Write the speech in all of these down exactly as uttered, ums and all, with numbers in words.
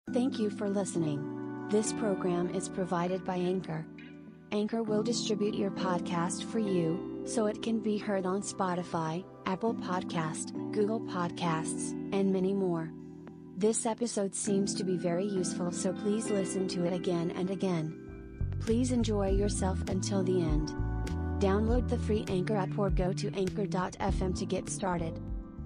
Thank you for listening. This program is provided by Anchor. Anchor will distribute your podcast for you, so it can be heard on Spotify, Apple Podcast, Google Podcasts, and many more. This episode seems to be very useful, so please listen to it again and again. Please enjoy yourself until the end. Download the free Anchor app or go to anchor dot f m to get started.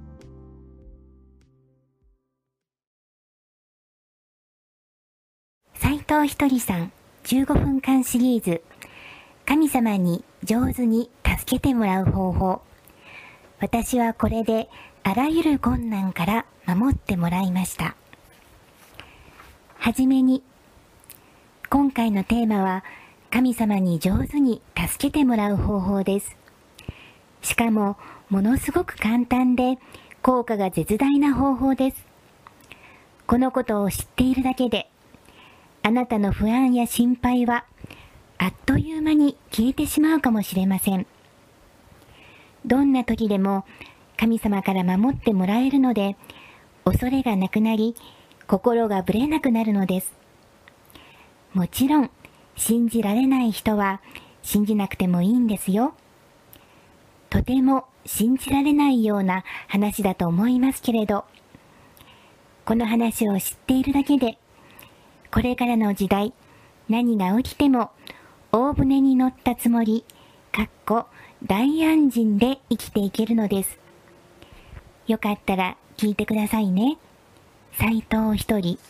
斉藤ひとりさんじゅうごふんかんシリーズ、神様に上手に助けてもらう方法。私はこれであらゆる困難から守ってもらいました。はじめに、今回のテーマは神様に上手に助けてもらう方法です。しかもものすごく簡単で効果が絶大な方法です。このことを知っているだけで、あなたの不安や心配はあっという間に消えてしまうかもしれません。どんな時でも神様から守ってもらえるので、恐れがなくなり、心がぶれなくなるのです。もちろん、信じられない人は信じなくてもいいんですよ。とても信じられないような話だと思いますけれど、この話を知っているだけで、これからの時代、何が起きても大船に乗ったつもり、かっこ大安心で生きていけるのです。よかったら聞いてくださいね。斉藤ひとり。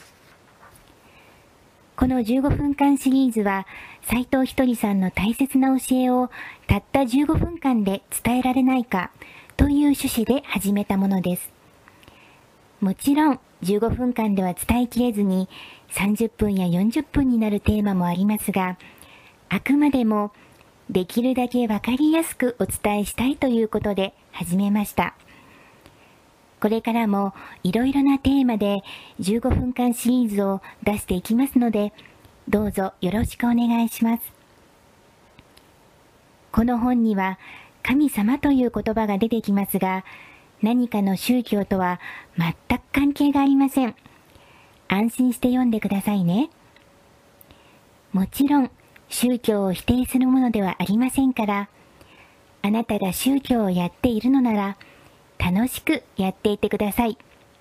このじゅうごふんかんシリーズは、斉藤ひとりさんの大切な教えをたったじゅうごふんかんで伝えられないかという趣旨で始めたものです。もちろんじゅうごふんかんでは伝えきれずにさんじゅっぷんやよんじゅっぷんになるテーマもありますが、あくまでもできるだけわかりやすくお伝えしたいということで始めました。これからもいろいろなテーマでじゅうごふんかんシリーズを出していきますので、どうぞよろしくお願いします。この本には神様という言葉が出てきますが、何かの宗教とは全く関係がありません。安心して読んでくださいね。もちろん宗教を否定するものではありませんから、あなたが宗教をやっているのなら楽しくやっていてください。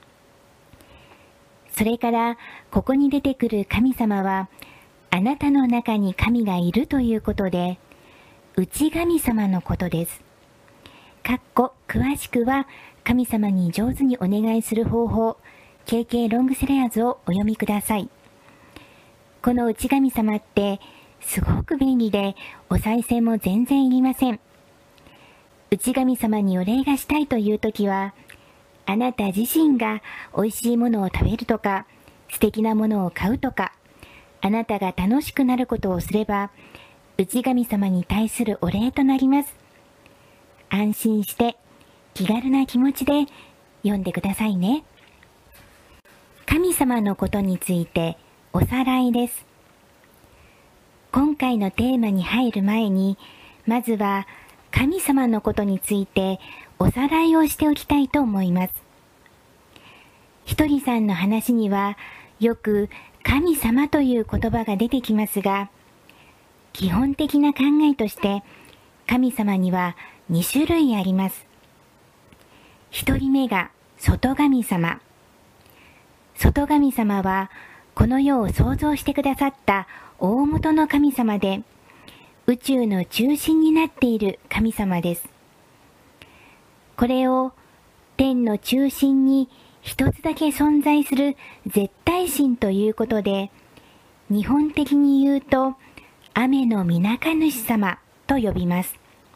それからここに出てくる神様は、あなたの中に神がいるということで、内神様のことです。かっこ詳しくは神様に上手にお願いする方法 ケーケー ロングセラーズをお読みください。この内神様ってすごく便利で、お賽銭も全然いりません。内神様にお礼がしたいというときは、あなた自身が美味しいものを食べるとか、素敵なものを買うとか、あなたが楽しくなることをすれば、内神様に対するお礼となります。安心して気軽な気持ちで読んでくださいね。神様のことについておさらいです。今回のテーマに入る前に、まずは神様のことについておさらいをしておきたいと思います。ひとりさんの話にはよく神様という言葉が出てきますが、基本的な考えとして神様にはに種類あります。一人目が外神様。外神様はこの世を創造してくださった大元の神様で、宇宙の中心になっている神様です。これを天の中心に一つだけ存在する絶対神ということで、日本的に言うと雨のみなか主様と呼びます。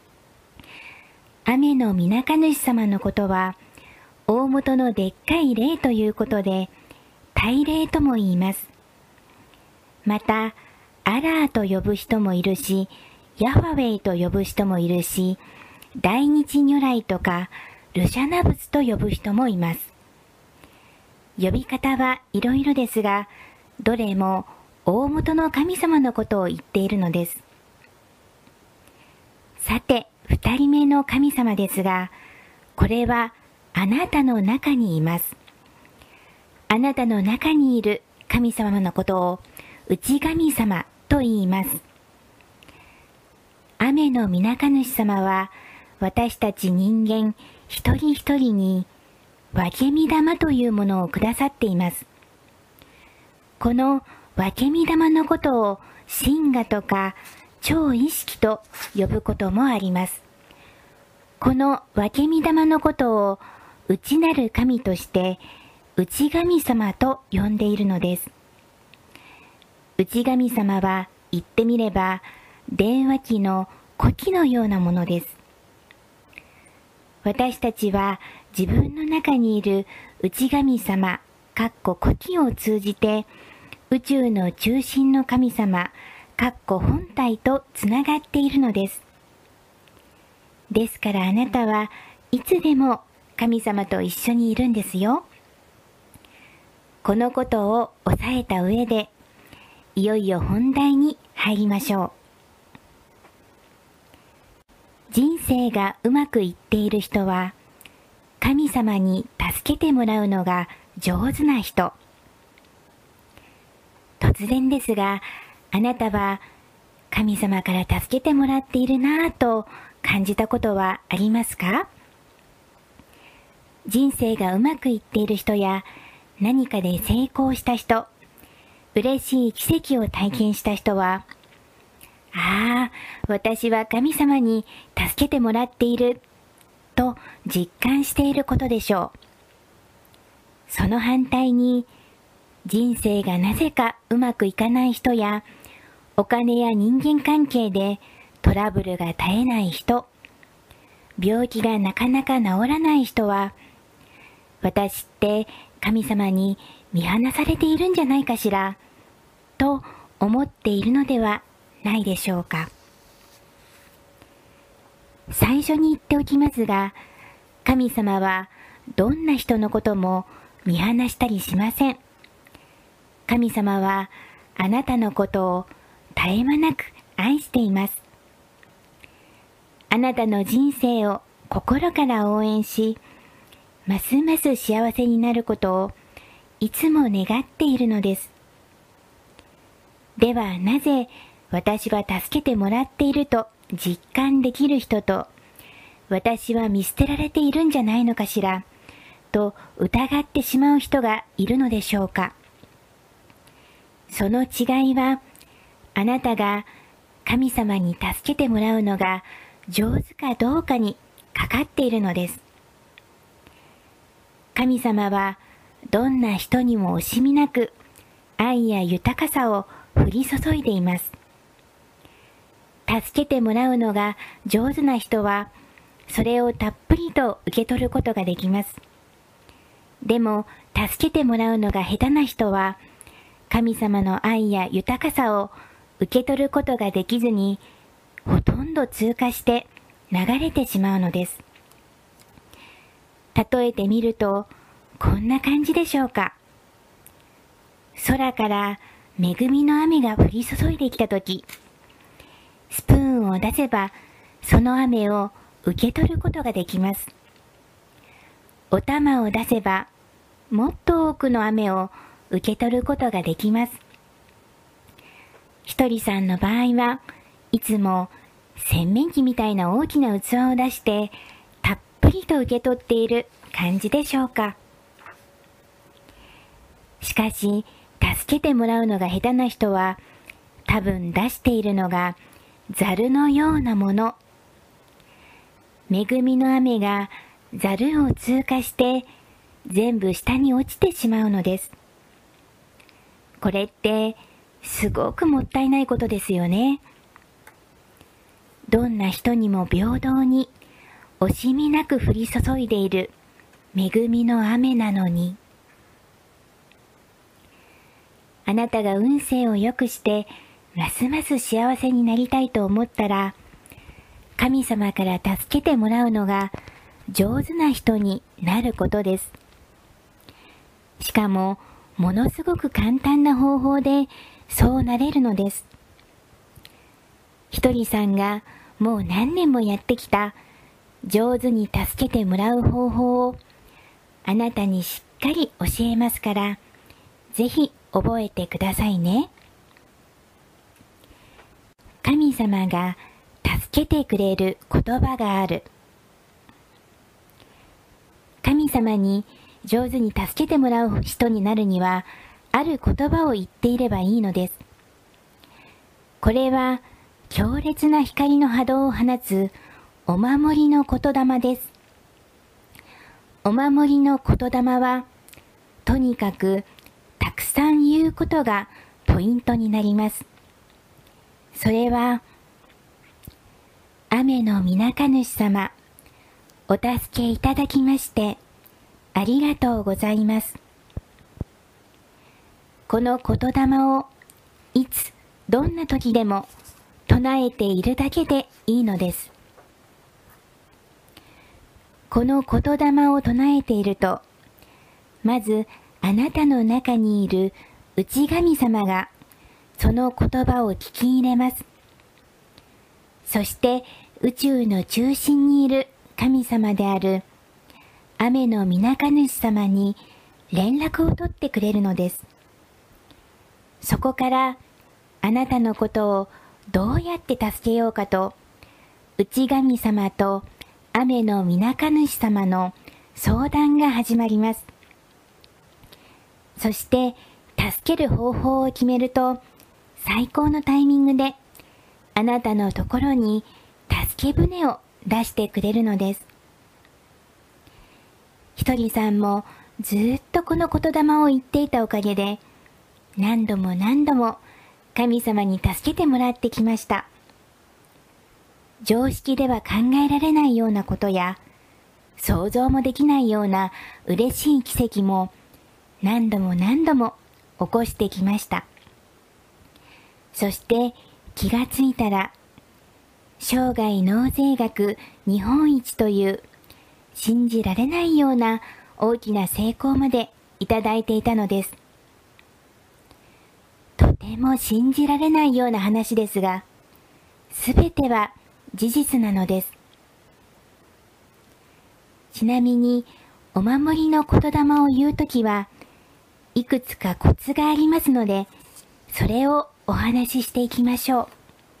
雨のみなか主様のことは、大元のでっかい霊ということで、大霊とも言います。また、アラーと呼ぶ人もいるし、ヤファウェイと呼ぶ人もいるし、大日如来とかルシャナ仏と呼ぶ人もいます。呼び方はいろいろですが、どれも大元の神様のことを言っているのです。さて、二人目の神様ですが、これはあなたの中にいます。あなたの中にいる神様のことを内神様と言います。雨の皆神主様は私たち人間一人一人に分け身玉というものをくださっています。この分け身玉のことを神我とか超意識と呼ぶこともあります。この分け身玉のことを内なる神として内神様と呼んでいるのです。内神様は言ってみれば電話機の呼気のようなものです。私たちは自分の中にいる内神様、かっこ呼気を通じて宇宙の中心の神様、かっこ本体とつながっているのです。ですからあなたはいつでも神様と一緒にいるんですよ。このことを押さえた上で、いよいよ本題に入りましょう。人生がうまくいっている人は、神様に助けてもらうのが上手な人。突然ですが、あなたは神様から助けてもらっているなぁと感じたことはありますか？人生がうまくいっている人や何かで成功した人、嬉しい奇跡を体験した人は、ああ、私は神様に助けてもらっていると実感していることでしょう。その反対に、人生がなぜかうまくいかない人や、お金や人間関係でトラブルが絶えない人、病気がなかなか治らない人は、私って神様に見放されているんじゃないかしら、と思っているのではないでしょうか。最初に言っておきますが、神様はどんな人のことも見放したりしません。神様はあなたのことを絶え間なく愛しています。あなたの人生を心から応援し、ますます幸せになることをいつも願っているのです。ではなぜ私は助けてもらっていると実感できる人と、私は見捨てられているんじゃないのかしらと疑ってしまう人がいるのでしょうか。その違いは、あなたが神様に助けてもらうのが上手かどうかにかかっているのです。神様はどんな人にも惜しみなく愛や豊かさを降り注いでいます。助けてもらうのが上手な人は、それをたっぷりと受け取ることができます。でも、助けてもらうのが下手な人は、神様の愛や豊かさを受け取ることができずに、ほとんど通過して流れてしまうのです。例えてみると、こんな感じでしょうか。空から恵みの雨が降り注いできたとき、スプーンを出せば、その雨を受け取ることができます。お玉を出せば、もっと多くの雨を受け取ることができます。ひとりさんの場合はいつも洗面器みたいな大きな器を出してたっぷりと受け取っている感じでしょうか。しかし助けてもらうのが下手な人は多分出しているのがザルのようなもの。恵みの雨がザルを通過して全部下に落ちてしまうのです。これってすごくもったいないことですよね。どんな人にも平等に惜しみなく降り注いでいる恵みの雨なのに。あなたが運勢を良くしてますます幸せになりたいと思ったら、神様から助けてもらうのが上手な人になることです。しかもものすごく簡単な方法でそうなれるのです。ひとりさんがもう何年もやってきた上手に助けてもらう方法をあなたにしっかり教えますから、ぜひ覚えてくださいね。神様が助けてくれる言葉がある。神様に上手に助けてもらう人になるには、ある言葉を言っていればいいのです。これは強烈な光の波動を放つお守りの言霊です。お守りの言霊は、とにかくたくさん言うことがポイントになります。それは、雨の皆か主様、お助けいただきましてありがとうございます。この言霊をいつどんな時でも唱えているだけでいいのです。この言霊を唱えていると、まずあなたの中にいる内神様がその言葉を聞き入れます。そして宇宙の中心にいる神様である雨の皆か主様に連絡を取ってくれるのです。そこからあなたのことをどうやって助けようかと、内神様と雨の皆か主様の相談が始まります。そして助ける方法を決めると、最高のタイミングであなたのところに助け舟を出してくれるのです。ひとりさんもずっとこの言霊を言っていたおかげで、何度も何度も神様に助けてもらってきました。常識では考えられないようなことや、想像もできないような嬉しい奇跡も何度も何度も起こしてきました。そして気がついたら、生涯納税額日本一という信じられないような大きな成功までいただいていたのです。とても信じられないような話ですが、すべては事実なのです。ちなみに、お守りの言霊を言うときは、いくつかコツがありますので、それをお話ししていきましょう。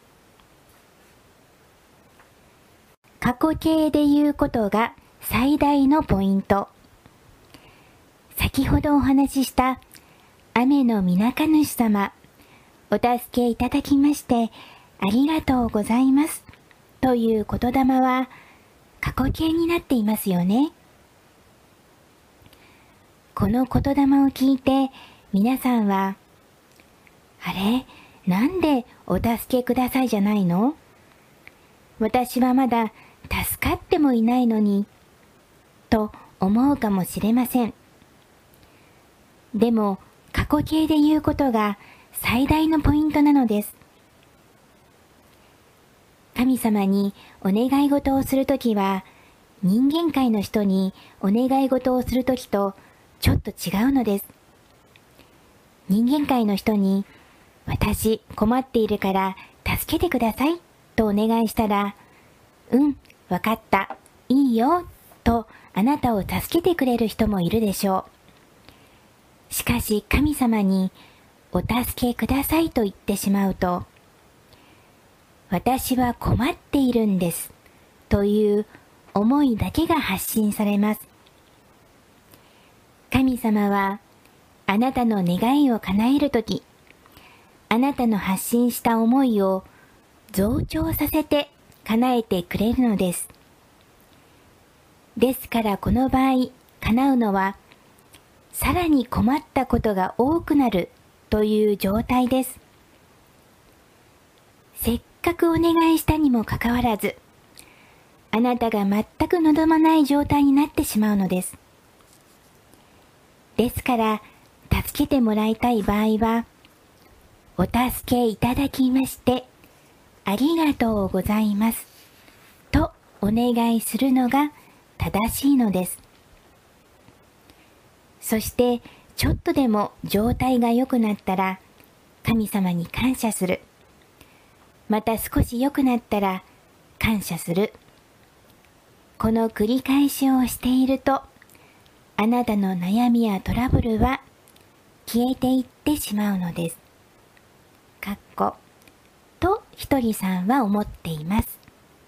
過去形で言うことが最大のポイント。先ほどお話しした雨の皆か主様、お助けいただきましてありがとうございますという言霊は過去形になっていますよね。この言霊を聞いて皆さんは、あれ、なんでお助けくださいじゃないの？私はまだ助かってもいないのに、と思うかもしれません。でも、過去形で言うことが最大のポイントなのです。神様にお願い事をするときは、人間界の人にお願い事をするときとちょっと違うのです。人間界の人に、私困っているから助けてくださいとお願いしたら、うん、わかった、いいよ、とあなたを助けてくれる人もいるでしょう。しかし神様にお助けくださいと言ってしまうと、私は困っているんですという思いだけが発信されます。神様はあなたの願いを叶えるとき、あなたの発信した思いを増長させて叶えてくれるのです。ですからこの場合、叶うのは、さらに困ったことが多くなるという状態です。せっかくお願いしたにもかかわらず、あなたが全く望まない状態になってしまうのです。ですから、助けてもらいたい場合は、お助けいただきまして、ありがとうございます、とお願いするのが正しいのです。そして、ちょっとでも状態が良くなったら、神様に感謝する。また少し良くなったら、感謝する。この繰り返しをしていると、あなたの悩みやトラブルは消えていってしまうのです。かっことひとりさんは思っています。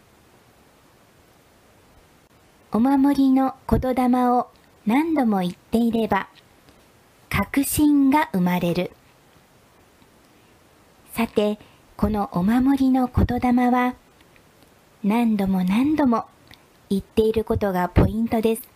お守りの言霊を何度も言っていれば、確信が生まれる。さて、このお守りの言霊は、何度も何度も言っていることがポイントです。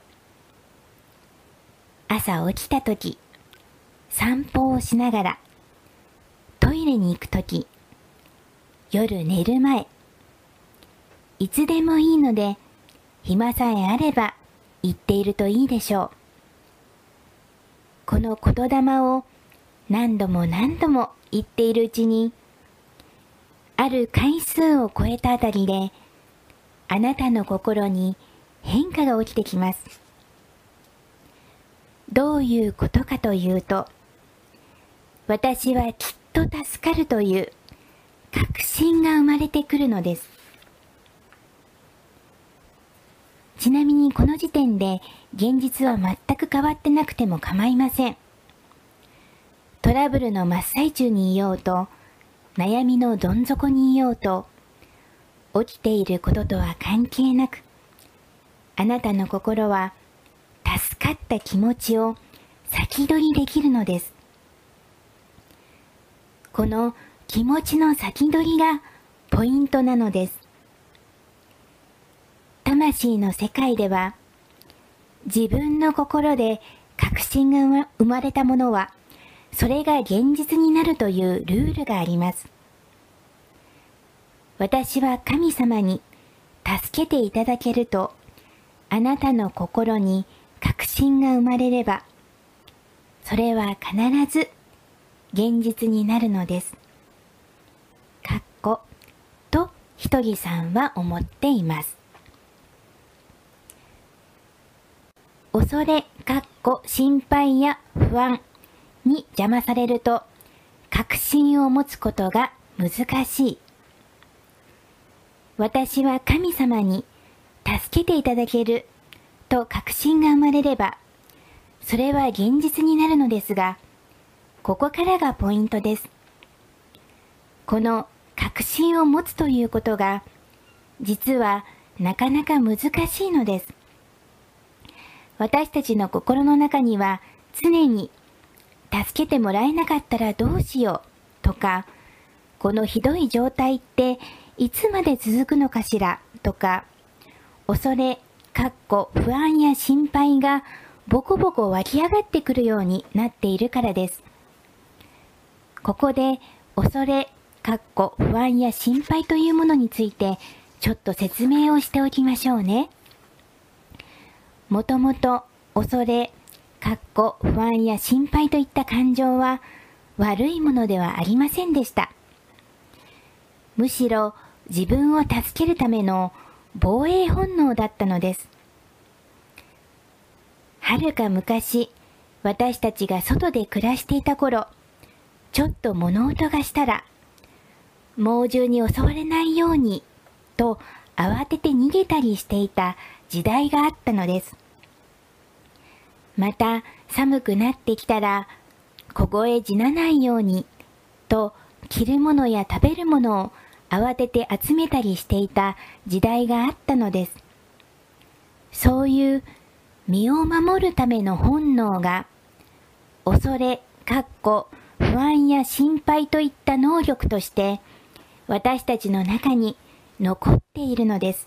朝起きたとき、散歩をしながら、トイレに行くとき、夜寝る前、いつでもいいので、暇さえあれば言っているといいでしょう。この言霊を何度も何度も言っているうちに、ある回数を超えたあたりで、あなたの心に変化が起きてきます。どういうことかというと、私はきっと助かるという確信が生まれてくるのです。ちなみにこの時点で現実は全く変わってなくても構いません。トラブルの真っ最中にいようと、悩みのどん底にいようと、起きていることとは関係なく、あなたの心は助かった気持ちを先取りできるのです。この気持ちの先取りがポイントなのです。魂の世界では、自分の心で確信が生まれたものは、それが現実になるというルールがあります。私は神様に助けていただけると、あなたの心に確信が生まれれば、それは必ず現実になるのです。かっことひとりさんは思っています。恐れ、かっこ心配や不安に邪魔されると、確信を持つことが難しい。私は神様に助けていただけると確信が生まれれば、それは現実になるのですが、ここからがポイントです。この確信を持つということが、実はなかなか難しいのです。私たちの心の中には常に助けてもらえなかったらどうしようとか、このひどい状態っていつまで続くのかしらとか、恐れ、かっこ不安や心配がボコボコ湧き上がってくるようになっているからです。ここで恐れ、かっこ不安や心配というものについてちょっと説明をしておきましょうね。もともと恐れ、かっこ不安や心配といった感情は悪いものではありませんでした。むしろ自分を助けるための防衛本能だったのです。はるか昔、私たちが外で暮らしていた頃、ちょっと物音がしたら、猛獣に襲われないようにと慌てて逃げたりしていた時代があったのです。また寒くなってきたら、凍え死なないようにと着るものや食べるものを慌てて集めたりしていた時代があったのです。そういう身を守るための本能が、恐れ、かっこ不安や心配といった能力として私たちの中に残っているのです。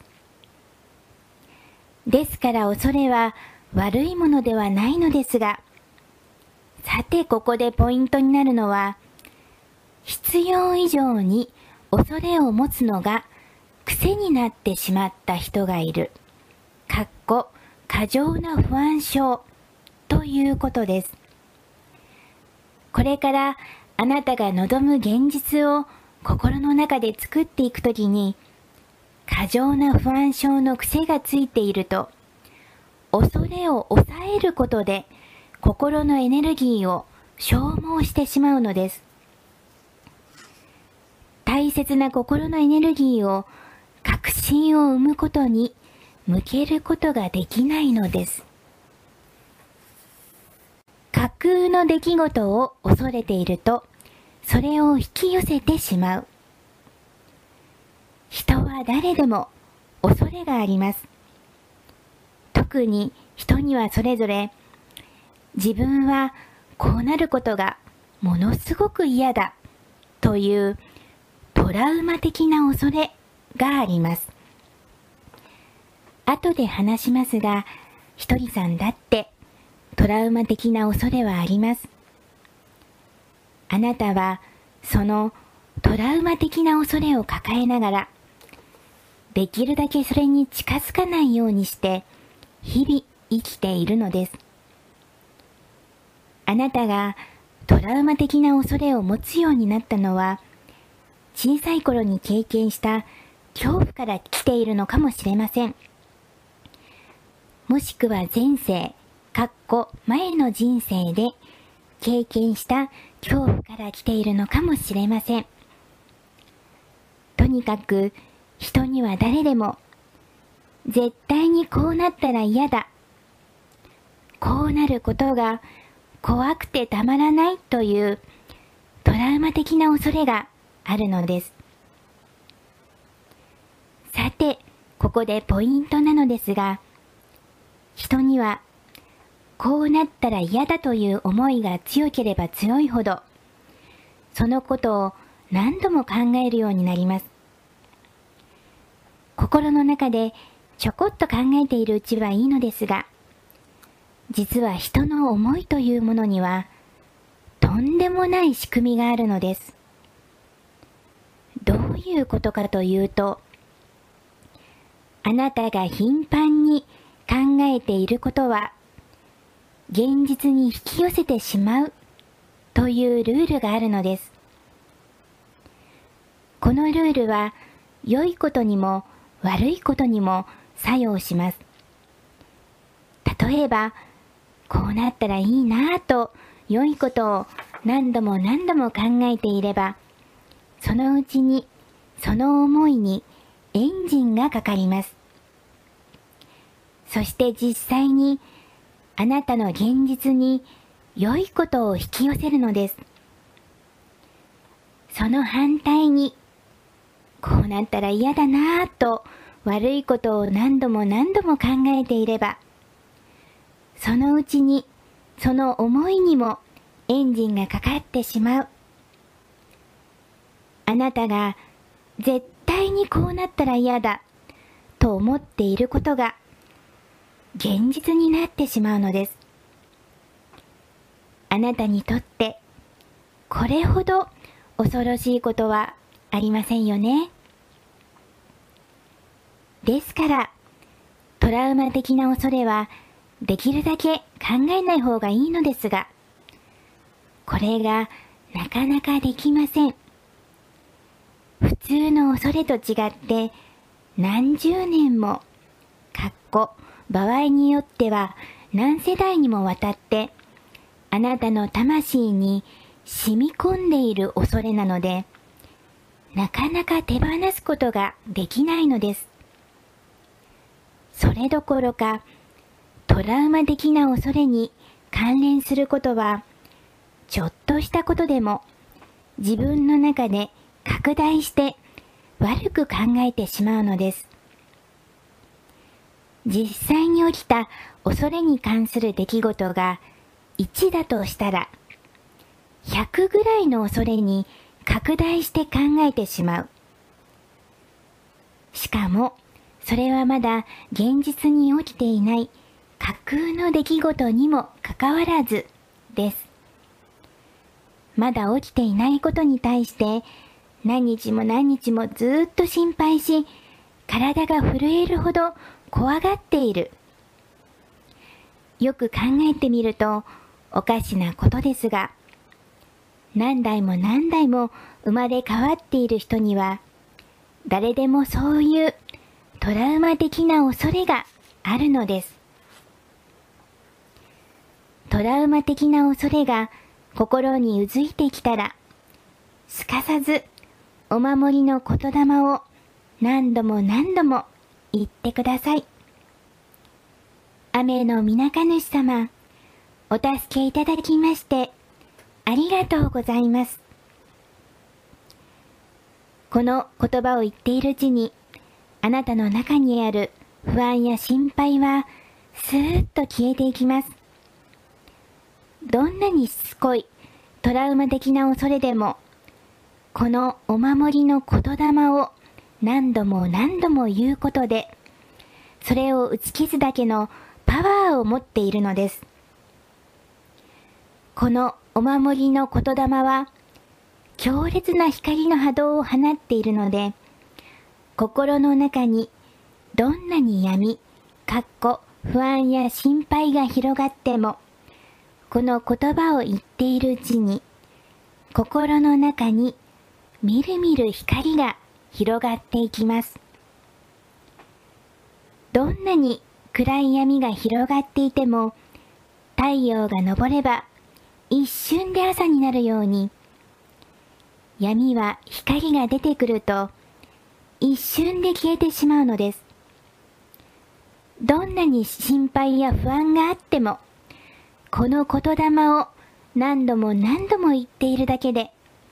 ですから恐れは悪いものではないのですが、さてここでポイントになるのは、必要以上に恐れを持つのが癖になってしまった人がいる。かっこ過剰な不安症ということです。これからあなたが望む現実を心の中で作っていくときに、過剰な不安症の癖がついていると、恐れを抑えることで心のエネルギーを消耗してしまうのです。大切な心のエネルギーを確信を生むことに向けることができないのです。か架空の出来事を恐れていると、それを引き寄せてしまう。人は誰でも恐れがあります。特に人にはそれぞれ、自分はこうなることがものすごく嫌だというトラウマ的な恐れがあります。後で話しますが、ひとりさんだってトラウマ的な恐れはあります。あなたはそのトラウマ的な恐れを抱えながら、できるだけそれに近づかないようにして日々生きているのです。あなたがトラウマ的な恐れを持つようになったのは、小さい頃に経験した恐怖から来ているのかもしれません。もしくは前世、かっこ前の人生で経験した恐怖から来ているのかもしれません。とにかく人には誰でも絶対にこうなったら嫌だ、こうなることが怖くてたまらないというトラウマ的な恐れがあるのです。さて、ここでポイントなのですが、人にはこうなったら嫌だという思いが強ければ強いほど、そのことを何度も考えるようになります。心の中でちょこっと考えているうちはいいのですが、実は人の思いというものにはとんでもない仕組みがあるのです。どういうことかというと、あなたが頻繁に考えていることは現実に引き寄せてしまうというルールがあるのです。このルールは良いことにも悪いことにも作用します。例えば、こうなったらいいなぁと良いことを何度も何度も考えていれば、そのうちにその思いにエンジンがかかります。そして実際にあなたの現実に良いことを引き寄せるのです。その反対に、こうなったら嫌だなぁと悪いことを何度も何度も考えていれば、そのうちにその思いにもエンジンがかかってしまう。あなたが絶対にこうなったら嫌だと思っていることが現実になってしまうのです。あなたにとってこれほど恐ろしいことはありませんよね。ですから、トラウマ的な恐れはできるだけ考えない方がいいのですが、これがなかなかできません。普通の恐れと違って何十年も、かっこ場合によっては何世代にもわたってあなたの魂に染み込んでいる恐れなので、なかなか手放すことができないのです。それどころか、トラウマ的な恐れに関連することは、ちょっとしたことでも自分の中で拡大して悪く考えてしまうのです。実際に起きた恐れに関する出来事がいちだとしたら、ひゃくぐらいの恐れに拡大して考えてしまう。しかも、それはまだ現実に起きていない架空の出来事にもかかわらずです。まだ起きていないことに対して何日も何日もずっと心配し、体が震えるほど怖がっている。よく考えてみるとおかしなことですが、何代も何代も生まれ変わっている人には、誰でもそういうトラウマ的な恐れがあるのです。トラウマ的な恐れが心にうずいてきたら、すかさずお守りの言霊を何度も何度も言ってください。雨のみなか主様、 お助けいただきましてありがとうございます。この言葉を言っているうちに、あなたの中にある不安や心配はスーッと消えていきます。どんなにしつこいトラウマ的な恐れでも、このお守りの言霊を何度も何度も言うことで、それを打ち消すだけのパワーを持っているのです。このお守りの言霊は強烈な光の波動を放っているので、心の中にどんなに闇、かっこ不安や心配が広がっても、この言葉を言っているうちに、心の中にみるみる光が広がっていきます。どんなに暗い闇が広がっていても、太陽が昇れば一瞬で朝になるように、闇は光が出てくると一瞬で消えてしまうのです。どんなに心配や不安があっても、この言霊を何度も何度も言っているだけで、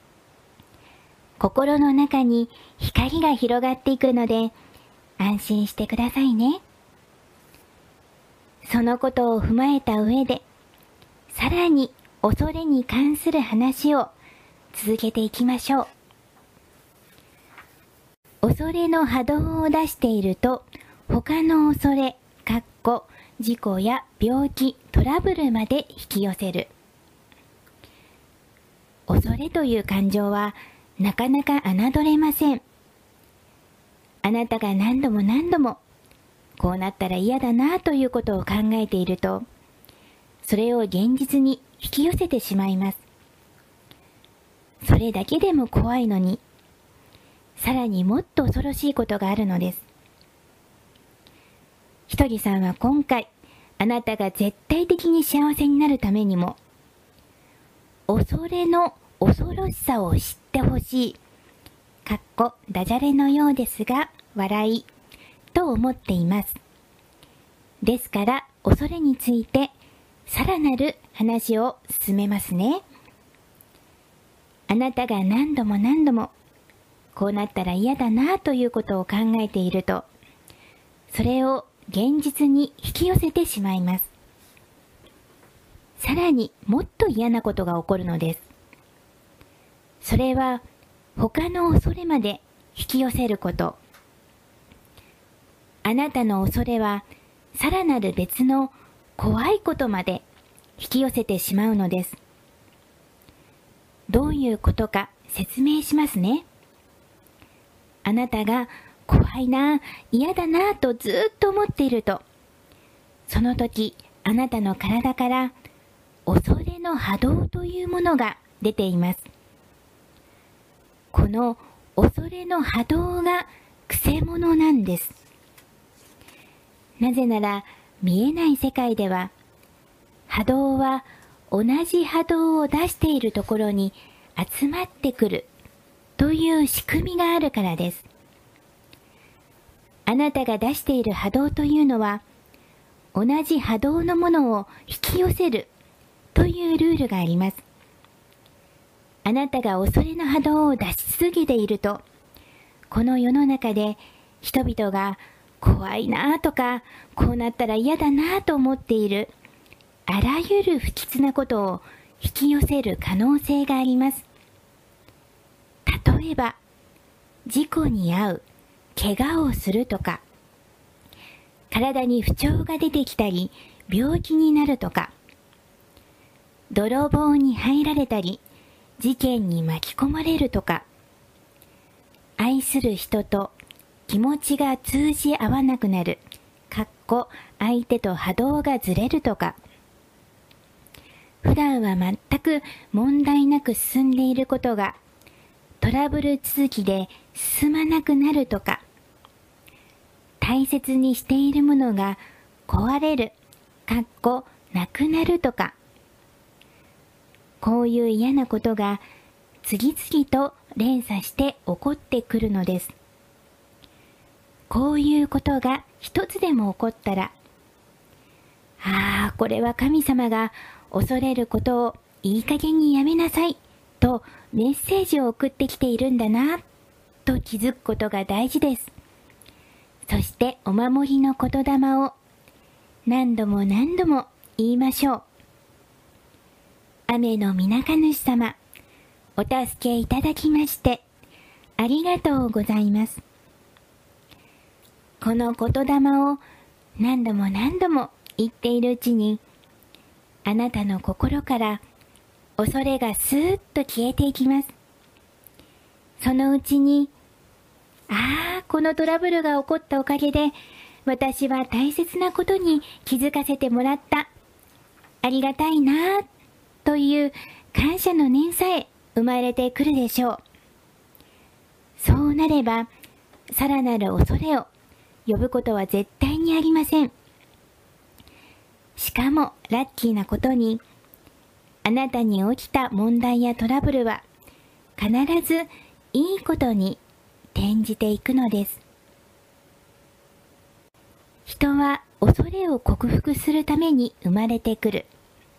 心の中に光が広がっていくので、安心してくださいね。そのことを踏まえた上で、さらに恐れに関する話を続けていきましょう。恐れの波動を出していると、他の恐れ、かっこ事故や病気、トラブルまで引き寄せる。恐れという感情はなかなか侮れません。あなたが何度も何度もこうなったら嫌だなということを考えていると、それを現実に引き寄せてしまいます。それだけでも怖いのに、さらにもっと恐ろしいことがあるのです。ひとりさんは今回、あなたが絶対的に幸せになるためにも、恐れの恐ろしさを知ってほしい。かっこダジャレのようですが、笑い、と思っています。ですから、恐れについて、さらなる話を進めますね。あなたが何度も何度も、こうなったら嫌だなということを考えていると、それを現実に引き寄せてしまいます。さらにもっと嫌なことが起こるのです。それは他の恐れまで引き寄せること。あなたの恐れはさらなる別の怖いことまで引き寄せてしまうのです。どういうことか説明しますね。あなたが怖いな、嫌だなとずっと思っていると、その時あなたの体から恐れの波動というものが出ています。この恐れの波動がくせ者なんです。なぜなら見えない世界では波動は同じ波動を出しているところに集まってくるという仕組みがあるからです。あなたが出している波動というのは同じ波動のものを引き寄せるというルールがあります。あなたが恐れの波動を出し続けていると、この世の中で人々が怖いなとか、こうなったら嫌だなと思っている、あらゆる不吉なことを引き寄せる可能性があります。例えば、事故に遭う、怪我をするとか、体に不調が出てきたり、病気になるとか、泥棒に入られたり、事件に巻き込まれるとか、愛する人と気持ちが通じ合わなくなる、かっこ相手と波動がずれるとか、普段は全く問題なく進んでいることがトラブル続きで進まなくなるとか、大切にしているものが壊れる、かっこなくなるとか、こういう嫌なことが次々と連鎖して起こってくるのです。こういうことが一つでも起こったら、ああ、これは神様が恐れることをいい加減にやめなさいとメッセージを送ってきているんだなと気づくことが大事です。そしてお守りの言霊を何度も何度も言いましょう。雨のみなか主様、お助けいただきましてありがとうございます。この言霊を何度も何度も言っているうちに、あなたの心から恐れがスーッと消えていきます。そのうちに、ああ、このトラブルが起こったおかげで、私は大切なことに気づかせてもらった。ありがたいな、という感謝の念さえ生まれてくるでしょう。そうなれば、さらなる恐れを呼ぶことは絶対にありません。しかもラッキーなことに、あなたに起きた問題やトラブルは必ずいいことに転じていくのです。人は恐れを克服するために生まれてくる。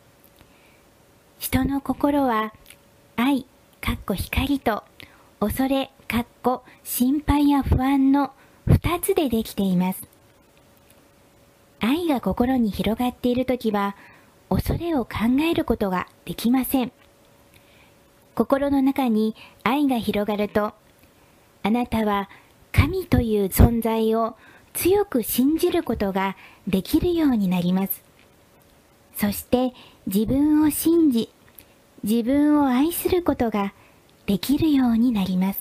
人の心は愛、かっこ光と恐れ、かっこ心配や不安の二つでできています。愛が心に広がっているときは、恐れを考えることができません。心の中に愛が広がると、あなたは神という存在を強く信じることができるようになります。そして自分を信じ、自分を愛することができるようになります。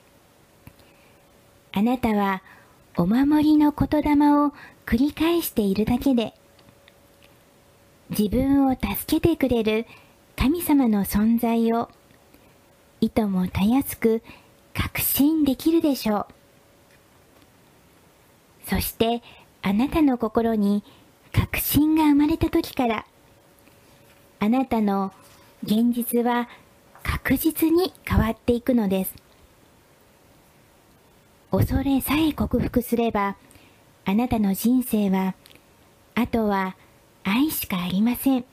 あなたはお守りの言霊を繰り返しているだけで、自分を助けてくれる神様の存在をいともたやすく確信できるでしょう。そしてあなたの心に確信が生まれた時から、あなたの現実は確実に変わっていくのです。恐れさえ克服すれば、あなたの人生は、あとは愛しかありません。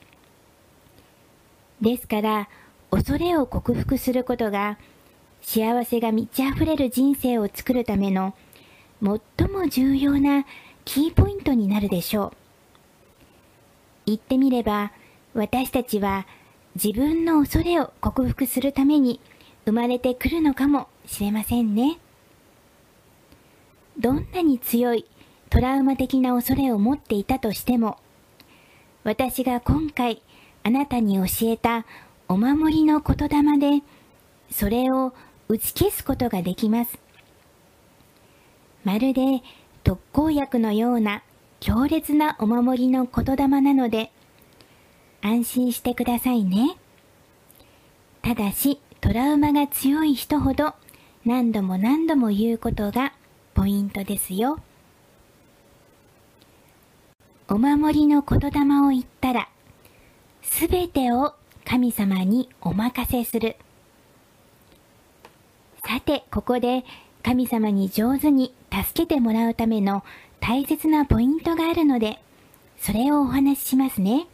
ですから、恐れを克服することが、幸せが満ち溢れる人生を作るための最も重要なキーポイントになるでしょう。言ってみれば、私たちは自分の恐れを克服するために生まれてくるのかもしれませんね。どんなに強いトラウマ的な恐れを持っていたとしても、私が今回あなたに教えたお守りの言霊で、それを打ち消すことができます。まるで特効薬のような強烈なお守りの言霊なので、安心してくださいね。ただし、トラウマが強い人ほど何度も何度も言うことがポイントですよ。お守りの言霊を言ったら、すべてを神様にお任せする。さて、ここで神様に上手に助けてもらうための大切なポイントがあるので、それをお話ししますね。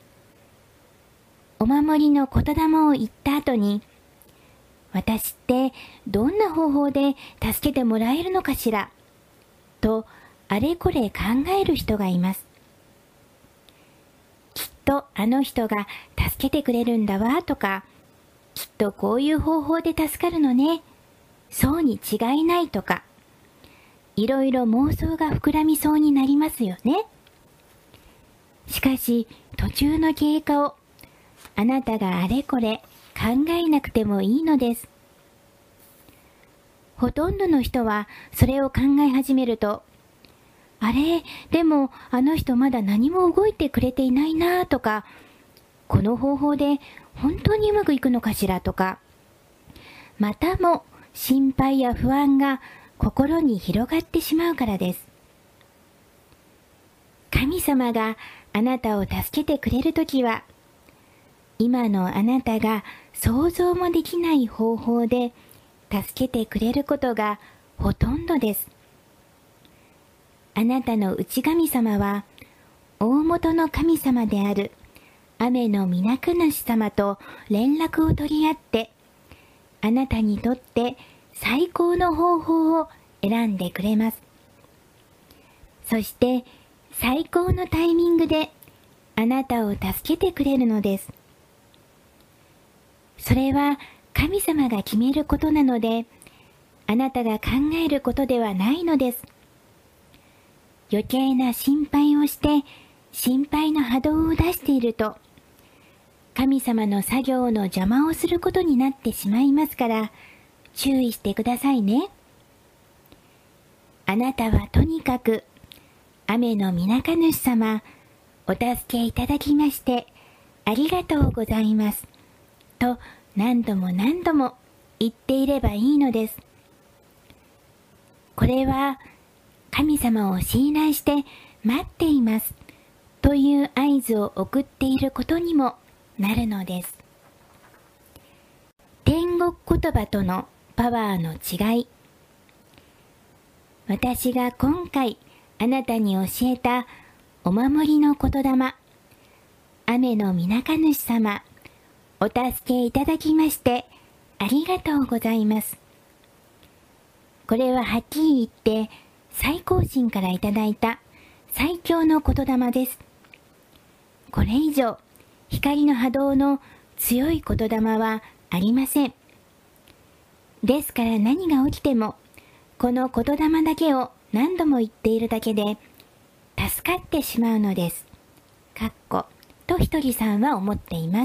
お守りの言霊を言った後に、私ってどんな方法で助けてもらえるのかしらとあれこれ考える人がいます。きっとあの人が助けてくれるんだわとか、きっとこういう方法で助かるのね、そうに違いないとか、いろいろ妄想が膨らみそうになりますよね。しかし途中の経過をあなたがあれこれ考えなくてもいいのです。ほとんどの人はそれを考え始めると、あれ、でもあの人まだ何も動いてくれていないなとか、この方法で本当にうまくいくのかしらとか、またも心配や不安が心に広がってしまうからです。神様があなたを助けてくれるときは、今のあなたが想像もできない方法で助けてくれることがほとんどです。あなたの内神様は大元の神様である雨の御主様と連絡を取り合って、あなたにとって最高の方法を選んでくれます。そして最高のタイミングであなたを助けてくれるのです。それは神様が決めることなので、あなたが考えることではないのです。余計な心配をして心配の波動を出していると、神様の作業の邪魔をすることになってしまいますから、注意してくださいね。あなたはとにかく、雨の御主様、お助けいただきまして、ありがとうございます。と何度も何度も言っていればいいのです。これは、神様を信頼して待っています。という合図を送っていることにもなるのです。天国言葉とのパワーの違い。私が今回あなたに教えたお守りの言霊、雨の御主様、お助けいただきましてありがとうございます。これははっきり言って最高神からいただいた最強の言霊です。これ以上光の波動の強い言霊はありません。ですから何が起きても、この言霊だけを何度も言っているだけで、助かってしまうのです。かっことひとりさんは思っています。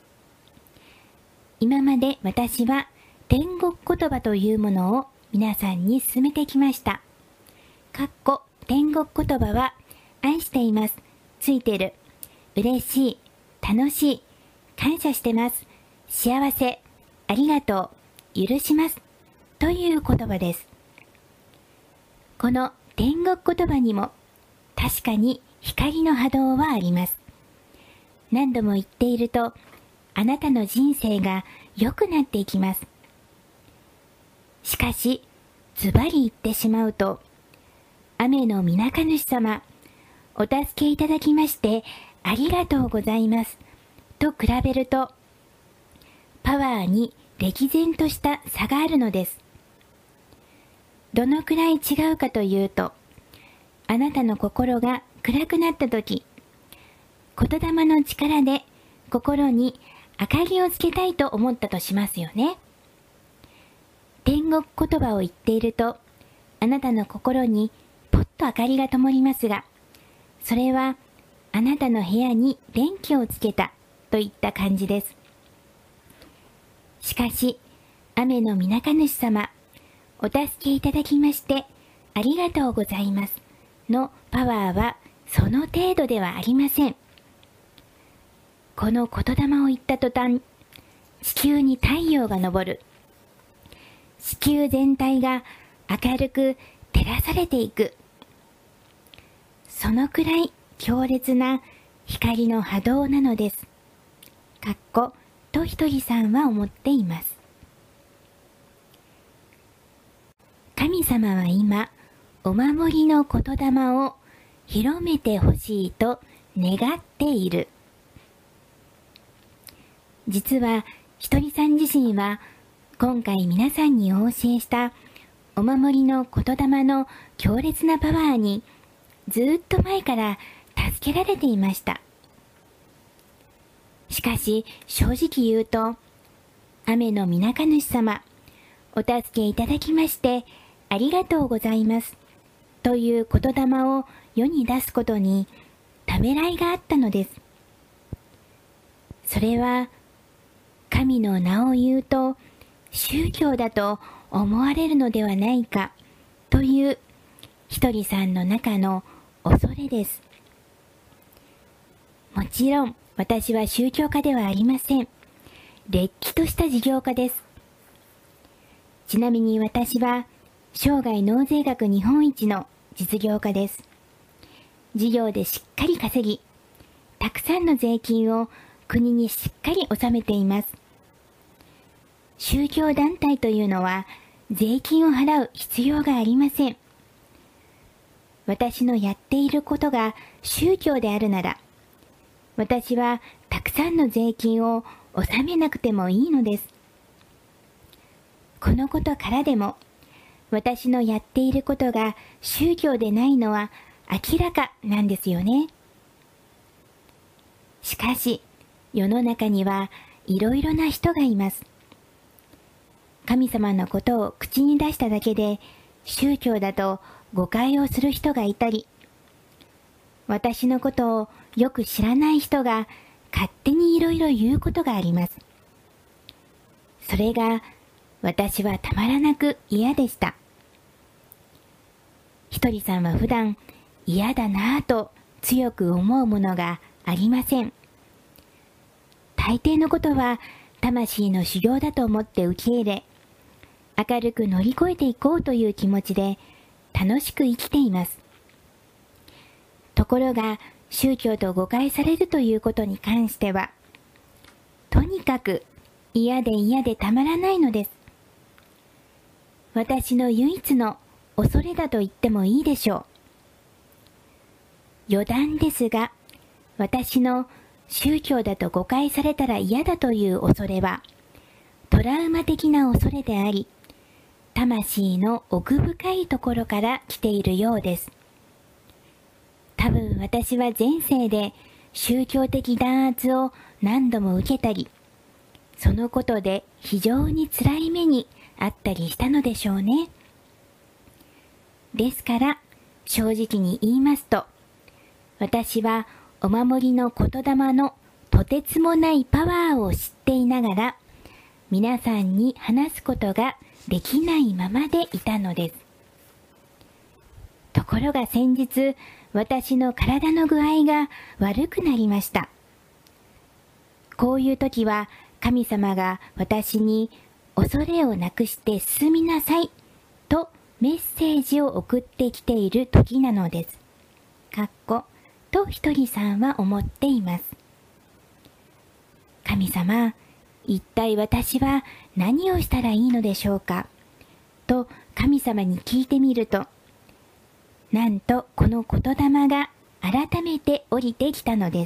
今まで私は天国言葉というものを皆さんに勧めてきました。かっこ天国言葉は、愛しています、ついてる、嬉しい、楽しい、感謝してます、幸せ、ありがとう、許しますという言葉です。この天国言葉にも確かに光の波動はあります。何度も言っていると、あなたの人生が良くなっていきます。しかしズバリ言ってしまうと、雨の御主様、お助けいただきましてありがとうございますと比べると、パワーに歴然とした差があるのです。どのくらい違うかというと、あなたの心が暗くなったとき、言霊の力で心に明かりをつけたいと思ったとしますよね。天国言葉を言っていると、あなたの心にポッと明かりが灯りますが、それはあなたの部屋に電気をつけたといった感じです。しかし、雨の御主様、お助けいただきましてありがとうございますのパワーはその程度ではありません。この言霊を言った途端、地球に太陽が昇る。地球全体が明るく照らされていく。そのくらい強烈な光の波動なのです。かっことひとりさんは思っています。神様は今、お守りの言霊を広めてほしいと願っている。実はひとりさん自身は今回皆さんにお教えしたお守りの言霊の強烈なパワーにずっと前から助けられていました。しかし正直言うと、雨の御主様、お助けいただきましてありがとうございますという言霊を世に出すことにためらいがあったのです。それは神の名を言うと宗教だと思われるのではないかというひとりさんの中の恐れです。もちろん私は宗教家ではありません。れっきとした事業家です。ちなみに私は生涯納税額日本一の実業家です。事業でしっかり稼ぎ、たくさんの税金を国にしっかり納めています。宗教団体というのは税金を払う必要がありません。私のやっていることが宗教であるなら、私はたくさんの税金を納めなくてもいいのです。このことからでも、私のやっていることが宗教でないのは明らかなんですよね。しかし、世の中にはいろいろな人がいます。神様のことを口に出しただけで宗教だと誤解をする人がいたり、私のことをよく知らない人が勝手にいろいろ言うことがあります。それが私はたまらなく嫌でした。ひとりさんは普段嫌だなぁと強く思うものがありません。大抵のことは魂の修行だと思って受け入れ、明るく乗り越えていこうという気持ちで楽しく生きています。ところが宗教と誤解されるということに関しては、とにかく嫌で嫌でたまらないのです。私の唯一の恐れだと言ってもいいでしょう。余談ですが、私の宗教だと誤解されたら嫌だという恐れは、トラウマ的な恐れであり、魂の奥深いところから来ているようです。多分私は前世で宗教的弾圧を何度も受けたり、そのことで非常に辛い目にあったりしたのでしょうね。ですから正直に言いますと、私はお守りの言霊のとてつもないパワーを知っていながら、皆さんに話すことができないままでいたのです。ところが先日、私の体の具合が悪くなりました。こういう時は神様が私に恐れをなくして進みなさいとメッセージを送ってきている時なのです。かっことひとりさんは思っています。神様、一体私は何をしたらいいのでしょうかと神様に聞いてみると、なんとこの言霊が改めて降りてきたのです。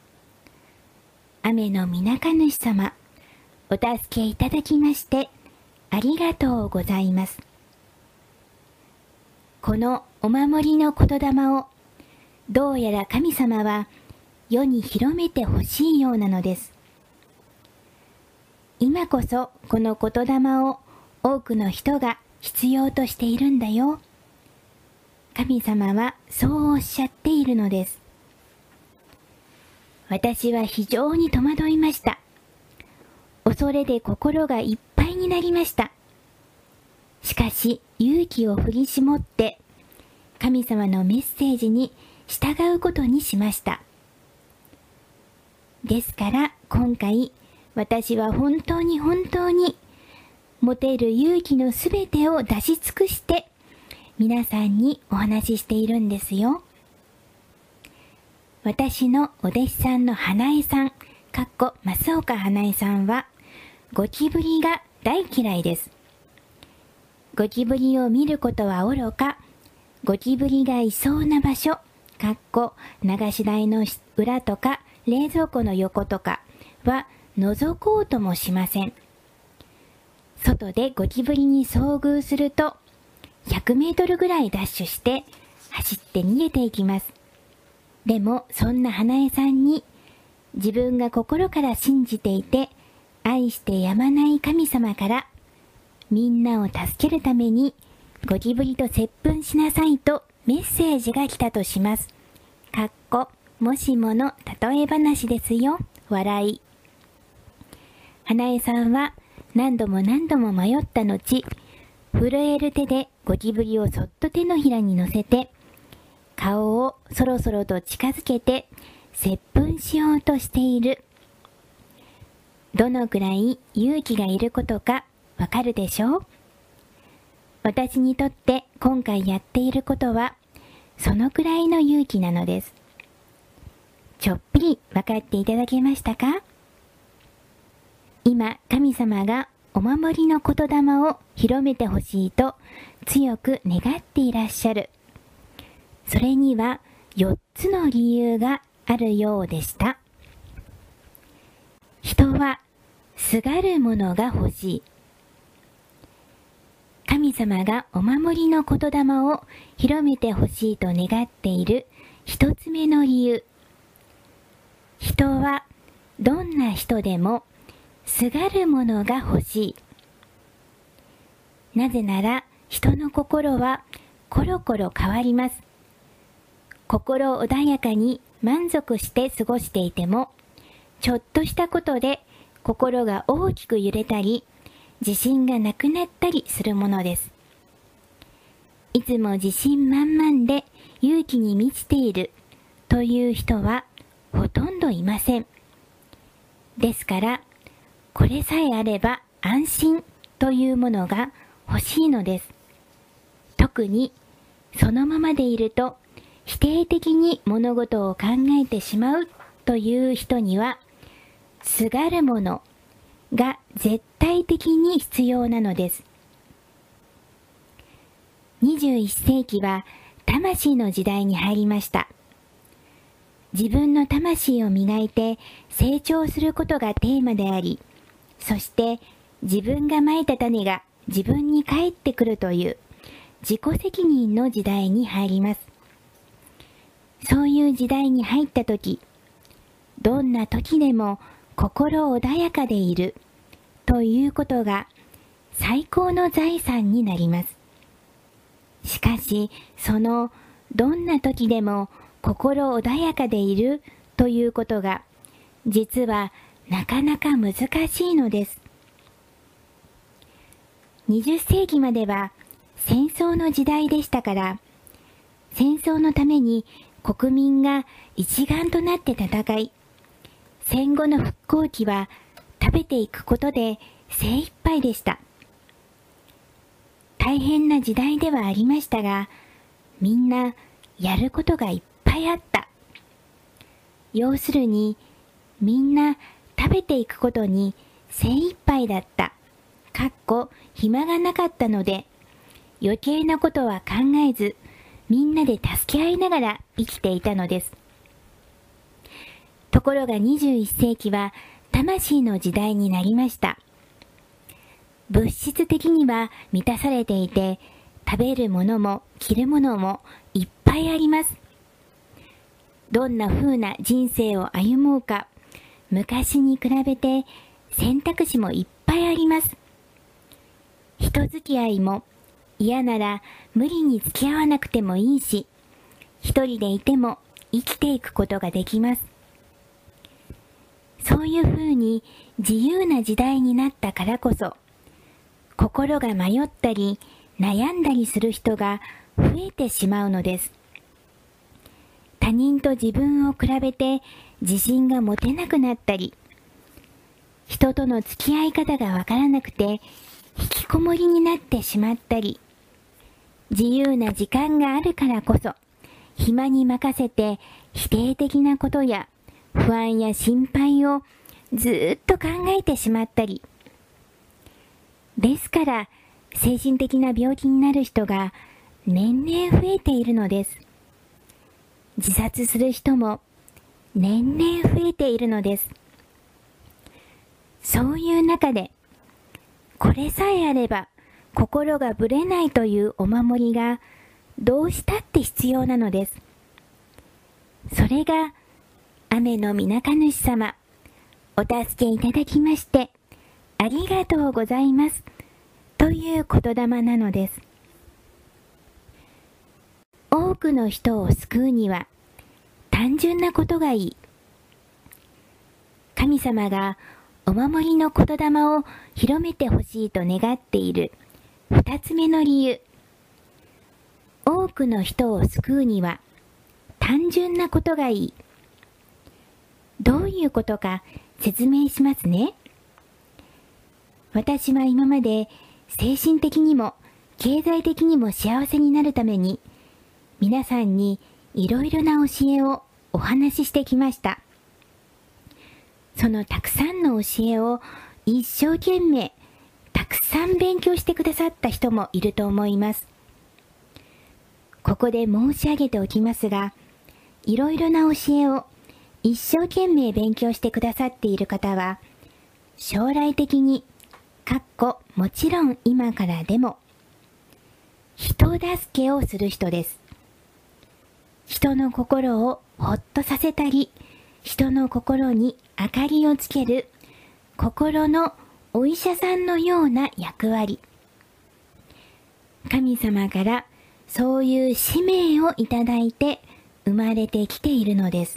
雨の皆か主様、お助けいただきましてありがとうございます。このお守りの言霊をどうやら神様は世に広めてほしいようなのです。今こそこの言霊を多くの人が必要としているんだよ。神様はそうおっしゃっているのです。私は非常に戸惑いました。恐れで心がいっぱいになりました。しかし勇気を振り絞って神様のメッセージに従うことにしました。ですから今回私は本当に本当に持てる勇気のすべてを出し尽くして皆さんにお話ししているんですよ。私のお弟子さんの花江さん、かっこ増岡花江さんはゴキブリが大嫌いです。ゴキブリを見ることはおろか、ゴキブリがいそうな場所、かっこ流し台の裏とか冷蔵庫の横とかは覗こうともしません。外でゴキブリに遭遇するとひゃくメートルぐらいダッシュして走って逃げていきます。でもそんな花江さんに自分が心から信じていて愛してやまない神様からみんなを助けるためにゴキブリと接吻しなさいとメッセージが来たとします。かっこもしもの例え話ですよ。笑い。花江さんは何度も何度も迷った後、震える手でゴキブリをそっと手のひらに乗せて、顔をそろそろと近づけて接吻しようとしている。どのくらい勇気がいることかわかるでしょう？私にとって今回やっていることはそのくらいの勇気なのです。ちょっぴり分かっていただけましたか？今神様がお守りの言霊を広めてほしいと強く願っていらっしゃる。それにはよっつの理由があるようでした。 人はすがるものが欲しい。神様がお守りの言霊を広めてほしいと願っている一つ目の理由。人はどんな人でもすがるものが欲しい。なぜなら人の心はコロコロ変わります。心穏やかに満足して過ごしていても、ちょっとしたことで心が大きく揺れたり、自信がなくなったりするものです。いつも自信満々で勇気に満ちているという人はほとんどいません。ですから、これさえあれば安心というものが欲しいのです。特にそのままでいると否定的に物事を考えてしまうという人には、すがるものが絶対的に必要なのです。にじゅういっせいきは魂の時代に入りました。自分の魂を磨いて成長することがテーマであり、そして自分がまいた種が自分に返ってくるという自己責任の時代に入ります。そういう時代に入ったとき、どんな時でも心穏やかでいるということが最高の財産になります。しかし、そのどんな時でも心穏やかでいるということが実はなかなか難しいのです。にじゅっせいきまでは戦争の時代でしたから、戦争のために国民が一丸となって戦い、戦後の復興期は食べていくことで精一杯でした。大変な時代ではありましたが、みんなやることがいっぱいあった。要するに、みんな食べていくことに精一杯だった。かっこ暇がなかったので、余計なことは考えず、みんなで助け合いながら生きていたのです。ところがにじゅういっせいきは魂の時代になりました。物質的には満たされていて、食べるものも着るものもいっぱいあります。どんな風な人生を歩もうか、昔に比べて選択肢もいっぱいあります。人付き合いも嫌なら無理に付き合わなくてもいいし、一人でいても生きていくことができます。そういう風に自由な時代になったからこそ、心が迷ったり悩んだりする人が増えてしまうのです。他人と自分を比べて自信が持てなくなったり、人との付き合い方がわからなくて引きこもりになってしまったり、自由な時間があるからこそ暇に任せて否定的なことや不安や心配をずーっと考えてしまったり、ですから精神的な病気になる人が年々増えているのです。自殺する人も年々増えているのです。そういう中で、これさえあれば心がぶれないというお守りがどうしたって必要なのです。それが雨のみなか主様、お助けいただきましてありがとうございますという言霊なのです。多くの人を救うには単純なことがいい。神様がお守りの言霊を広めてほしいと願っている二つ目の理由。多くの人を救うには単純なことがいい。どういうことか説明しますね。私は今まで精神的にも経済的にも幸せになるために皆さんにいろいろな教えをお話ししてきました。そのたくさんの教えを一生懸命たくさん勉強してくださった人もいると思います。ここで申し上げておきますが、いろいろな教えを一生懸命勉強してくださっている方は将来的に、かっこもちろん今からでも、人助けをする人です。人の心をほっとさせたり、人の心に明かりをつける心のお医者さんのような役割。神様からそういう使命をいただいて生まれてきているのです。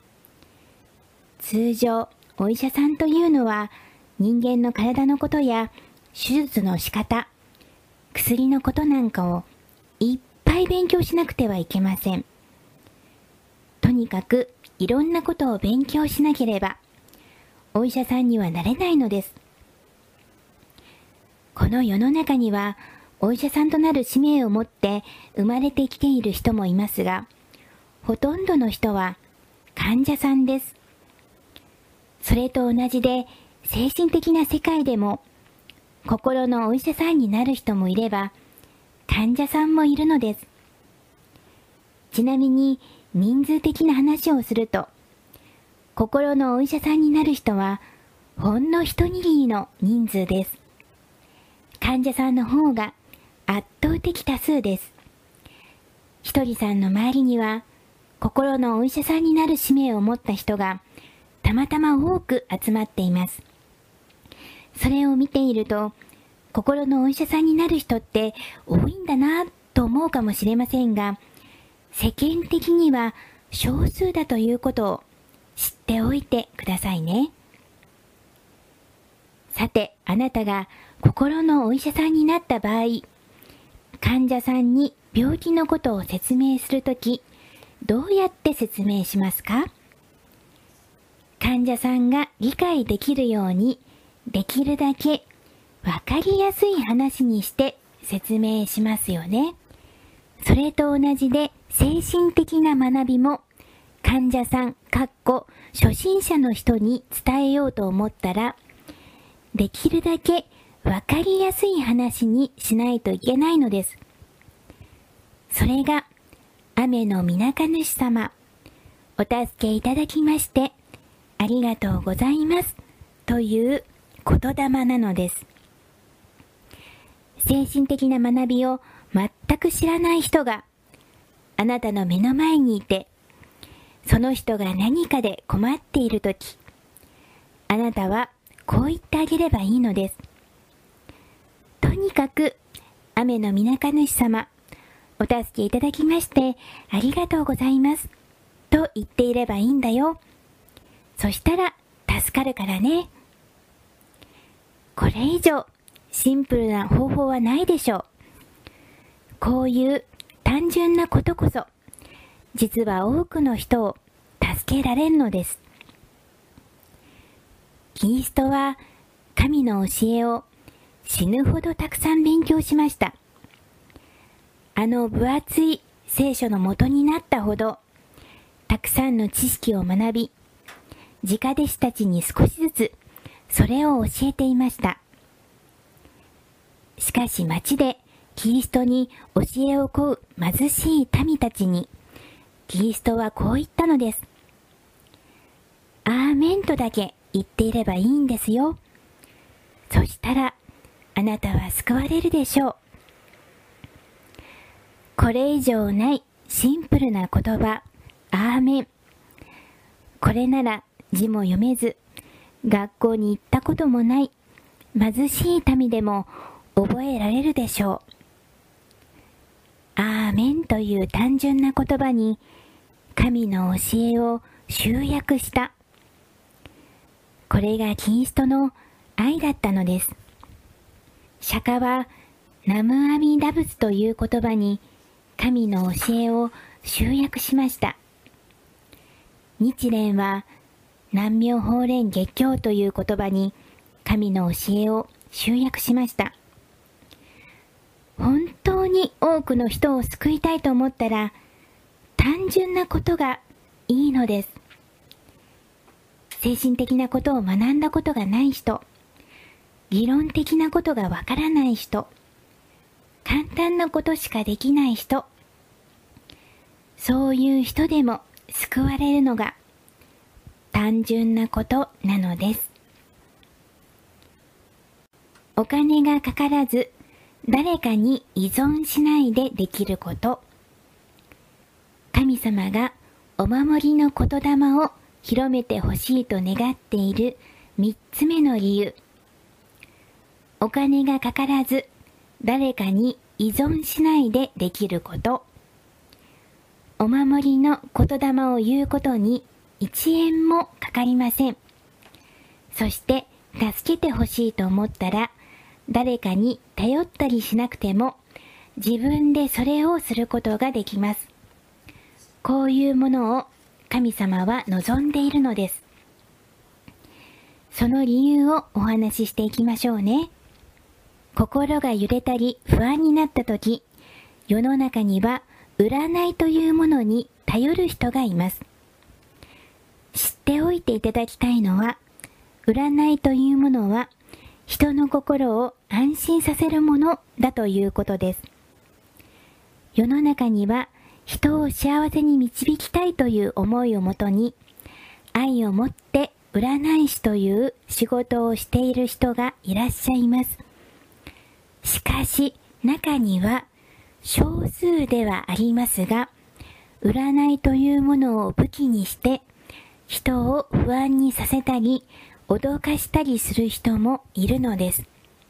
通常、お医者さんというのは人間の体のことや手術の仕方、薬のことなんかをいっぱい勉強しなくてはいけません。とにかくいろんなことを勉強しなければお医者さんにはなれないのです。この世の中にはお医者さんとなる使命を持って生まれてきている人もいますが、ほとんどの人は患者さんです。それと同じで精神的な世界でも心のお医者さんになる人もいれば患者さんもいるのです。ちなみに人数的な話をすると、心のお医者さんになる人はほんの一握りの人数です。患者さんの方が圧倒的多数です。ひとりさんの周りには心のお医者さんになる使命を持った人がたまたま多く集まっています。それを見ていると、心のお医者さんになる人って多いんだなと思うかもしれませんが、世間的には少数だということを知っておいてくださいね。さて、あなたが心のお医者さんになった場合、患者さんに病気のことを説明するとき、どうやって説明しますか？患者さんが理解できるように、できるだけわかりやすい話にして説明しますよね。それと同じで精神的な学びも患者さん、かっこ初心者の人に伝えようと思ったら、できるだけわかりやすい話にしないといけないのです。それが雨のみなか主様、お助けいただきましてありがとうございますという言霊なのです。精神的な学びを全く知らない人があなたの目の前にいて、その人が何かで困っているとき、あなたはこう言ってあげればいいのです。とにかく雨のみなか主様、お助けいただきましてありがとうございますと言っていればいいんだよ。そしたら助かるからね。これ以上シンプルな方法はないでしょう。こういう単純なことこそ実は多くの人を助けられるのです。キリストは神の教えを死ぬほどたくさん勉強しました。あの分厚い聖書の元になったほどたくさんの知識を学び、直弟子たちに少しずつそれを教えていました。しかし町でキリストに教えを請う貧しい民たちにキリストはこう言ったのです。アーメンとだけ言っていればいいんですよ。そしたらあなたは救われるでしょう。これ以上ないシンプルな言葉、アーメン。これなら字も読めず、学校に行ったこともない貧しい民でも覚えられるでしょう。アーメンという単純な言葉に神の教えを集約した。これがキリストの愛だったのです。釈迦はナムアミダ仏という言葉に神の教えを集約しました。日蓮は南無法蓮華経という言葉に神の教えを集約しました。本当に多くの人を救いたいと思ったら単純なことがいいのです。精神的なことを学んだことがない人、議論的なことがわからない人、簡単なことしかできない人、そういう人でも救われるのが単純なことなのです。 お金がかからず、誰かに依存しないでできること。神様がお守りの言霊を広めてほしいと願っている三つ目の理由。お金がかからず、誰かに依存しないでできること。お守りの言霊を言うことに一円もかかりません。そして助けてほしいと思ったら、誰かに頼ったりしなくても自分でそれをすることができます。こういうものを神様は望んでいるのです。その理由をお話ししていきましょうね。心が揺れたり不安になったとき、世の中には占いというものに頼る人がいます。知っておいていただきたいのは、占いというものは人の心を安心させるものだということです。世の中には人を幸せに導きたいという思いをもとに、愛を持って占い師という仕事をしている人がいらっしゃいます。しかし中には少数ではありますが、占いというものを武器にして人を不安にさせたり脅かしたりする人もいるのです。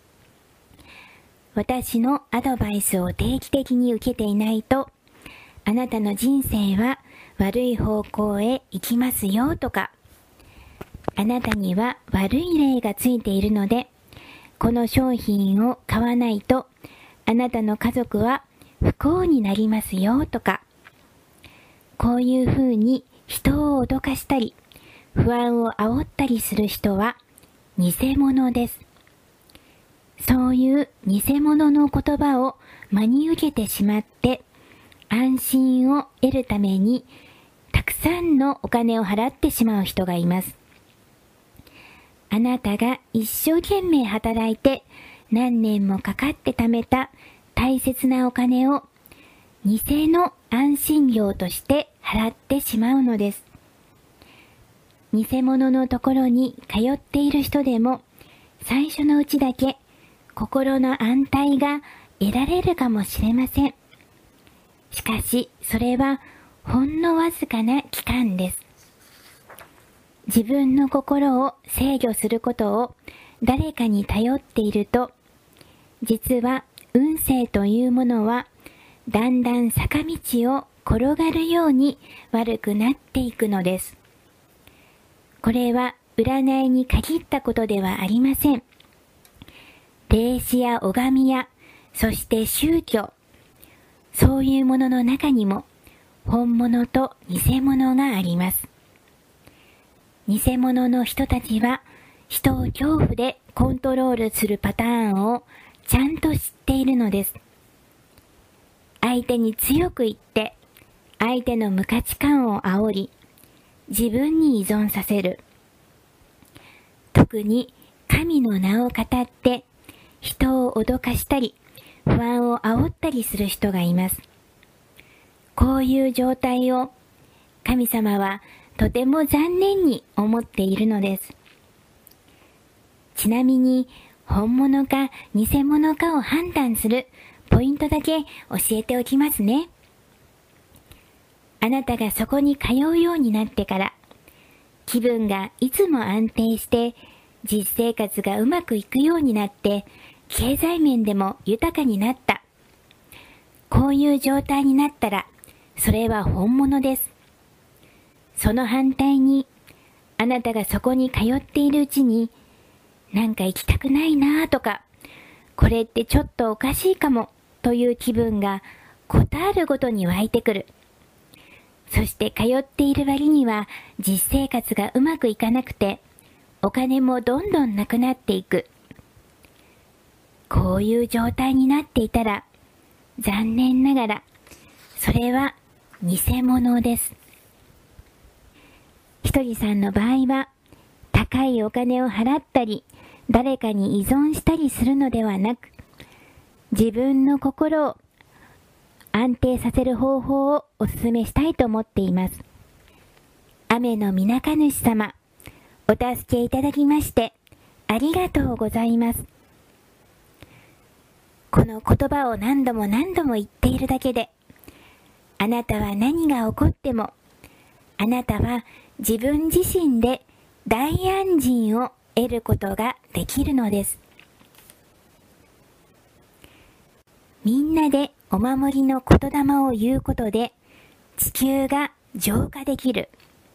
私のアドバイスを定期的に受けていないと、あなたの人生は悪い方向へ行きますよとか、あなたには悪い霊がついているので、この商品を買わないとあなたの家族は不幸になりますよとか、こういうふうに人を脅かしたり、不安を煽ったりする人は偽物です。そういう偽物の言葉を真に受けてしまって安心を得るためにたくさんのお金を払ってしまう人がいます。あなたが一生懸命働いて何年もかかって貯めた大切なお金を偽の安心料として払ってしまうのです。偽物のところに通っている人でも最初のうちだけ心の安泰が得られるかもしれません。しかしそれはほんのわずかな期間です。自分の心を制御することを誰かに頼っていると、実は運勢というものはだんだん坂道を転がるように悪くなっていくのです。これは占いに限ったことではありません。霊視や拝みや、そして宗教、そういうものの中にも本物と偽物があります。偽物の人たちは人を恐怖でコントロールするパターンをちゃんと知っているのです。相手に強く言って、相手の無価値観を煽り、自分に依存させる。特に神の名を語って人を脅かしたり不安を煽ったりする人がいます。こういう状態を神様はとても残念に思っているのです。ちなみに本物か偽物かを判断するポイントだけ教えておきますね。あなたがそこに通うようになってから、気分がいつも安定して実生活がうまくいくようになって、経済面でも豊かになった。こういう状態になったら、それは本物です。その反対に、あなたがそこに通っているうちに、なんか行きたくないなぁとか、これってちょっとおかしいかもという気分がことあるごとに湧いてくる。そして通っている割には実生活がうまくいかなくて、お金もどんどんなくなっていく。こういう状態になっていたら、残念ながら、それは偽物です。ひとりさんの場合は、高いお金を払ったり、誰かに依存したりするのではなく、自分の心を安定させる方法をお勧めしたいと思っています。雨のみなか主様、お助けいただきましてありがとうございます。 この言葉を何度も何度も言っているだけで、あなたは何が起こっても、あなたは自分自身で大安心を得ることができるのです。みんなでお守りの言霊を言うことで地球が浄化できる。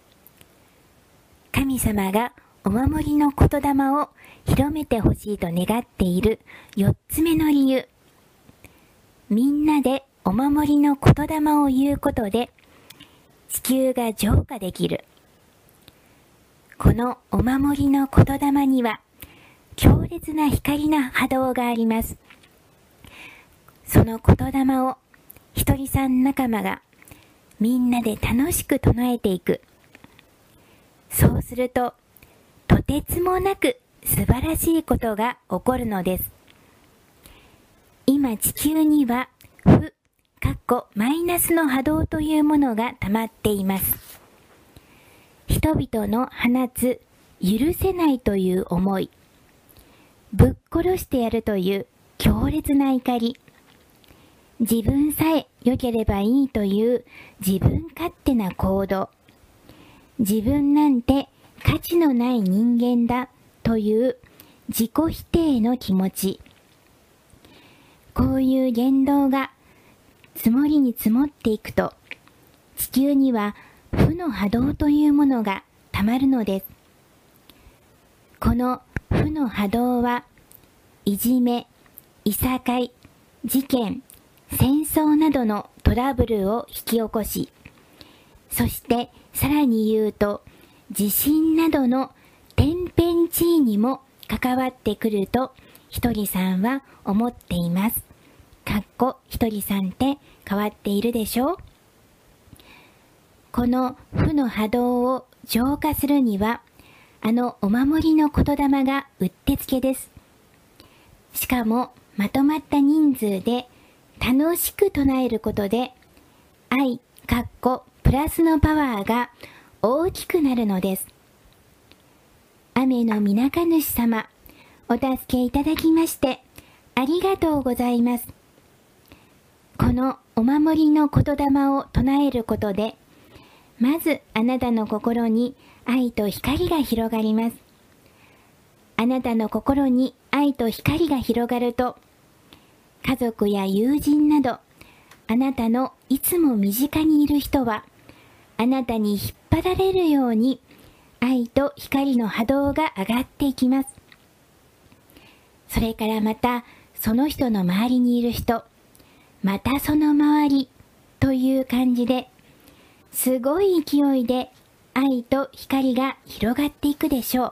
神様がお守りの言霊を広めてほしいと願っているよっつめの理由。みんなでお守りの言霊を言うことで地球が浄化できる。このお守りの言霊には強烈な光の波動があります。その言霊をひとりさん仲間がみんなで楽しく唱えていく。そうすると、とてつもなく素晴らしいことが起こるのです。今地球には負、かっこマイナスの波動というものが溜まっています。人々の放つ許せないという思い、ぶっ殺してやるという強烈な怒り、自分さえ良ければいいという自分勝手な行動、自分なんて価値のない人間だという自己否定の気持ち、こういう言動が積もりに積もっていくと、地球には負の波動というものがたまるのです。この負の波動はいじめ、いさかい、事件、戦争などのトラブルを引き起こし、そしてさらに言うと地震などの天変地異にも関わってくるとひとりさんは思っています。かっこひとりさんって変わっているでしょう。この負の波動を浄化するにはあのお守りの言霊がうってつけです。しかもまとまった人数で楽しく唱えることで愛、かっこプラスのパワーが大きくなるのです。雨のみなか主様、お助けいただきましてありがとうございます。このお守りの言霊を唱えることで、まずあなたの心に愛と光が広がります。あなたの心に愛と光が広がると、家族や友人など、あなたのいつも身近にいる人は、あなたに引っ張られるように、愛と光の波動が上がっていきます。それからまた、その人の周りにいる人、またその周りという感じで、すごい勢いで愛と光が広がっていくでしょ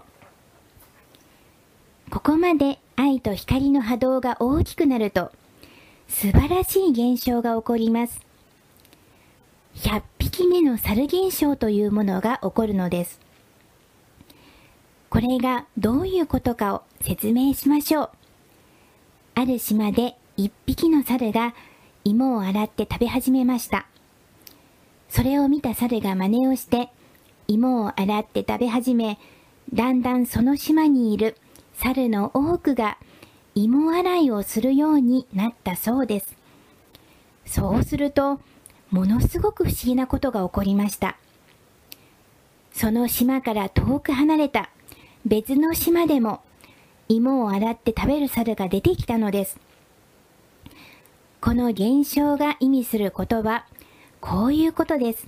う。ここまで愛と光の波動が大きくなると、素晴らしい現象が起こります。ひゃっぴきめの猿現象というものが起こるのです。これがどういうことかを説明しましょう。ある島で一匹の猿が芋を洗って食べ始めました。それを見た猿が真似をして芋を洗って食べ始め、だんだんその島にいる猿の多くが芋洗いをするようになったそうです。そうすると、ものすごく不思議なことが起こりました。その島から遠く離れた別の島でも芋を洗って食べる猿が出てきたのです。この現象が意味することはこういうことです。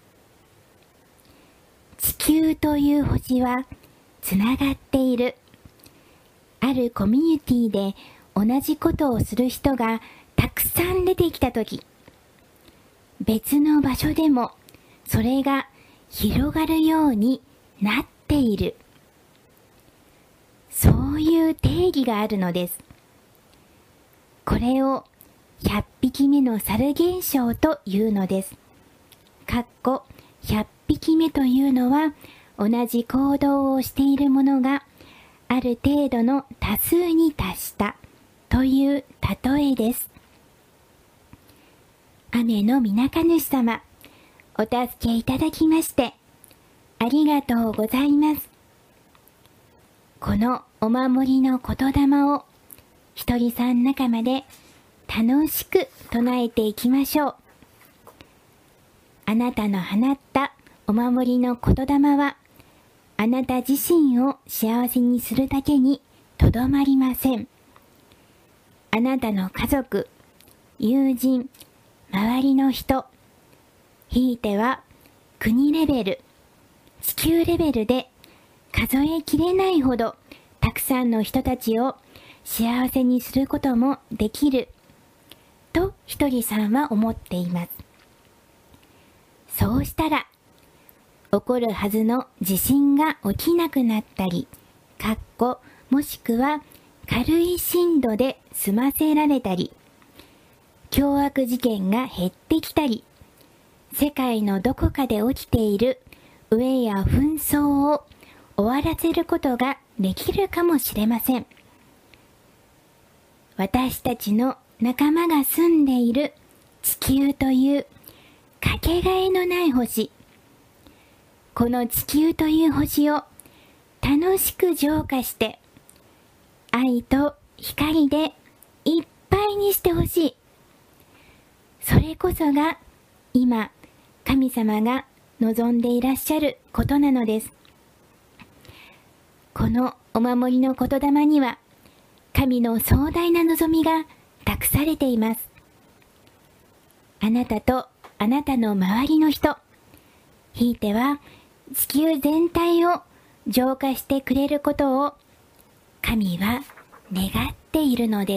地球という星はつながっている。あるコミュニティで同じことをする人がたくさん出てきたとき、別の場所でもそれが広がるようになっている。そういう定義があるのです。これをひゃっぴきめの猿現象というのです。かっこひゃっぴきめというのは同じ行動をしているものがある程度の多数に達したという例えです。雨のみなか主様、お助けいただきましてありがとうございます。このお守りの言霊をひとりさん仲間で楽しく唱えていきましょう。あなたの放ったお守りの言霊は、あなた自身を幸せにするだけにとどまりません。あなたの家族、友人、周りの人、ひいては国レベル、地球レベルで数えきれないほどたくさんの人たちを幸せにすることもできるとひとりさんは思っています。そうしたら起こるはずの地震が起きなくなったり、かっこもしくは軽い震度で済ませられたり、凶悪事件が減ってきたり、世界のどこかで起きている飢えや紛争を終わらせることができるかもしれません。私たちの仲間が住んでいる地球というかけがえのない星、この地球という星を楽しく浄化して愛と光でいっぱいにしてほしい。それこそが今神様が望んでいらっしゃることなのです。このお守りの言霊には神の壮大な望みが託されています。あなたとあなたの周りの人、ひいては地球全体を浄化してくれることを神は願っているのです。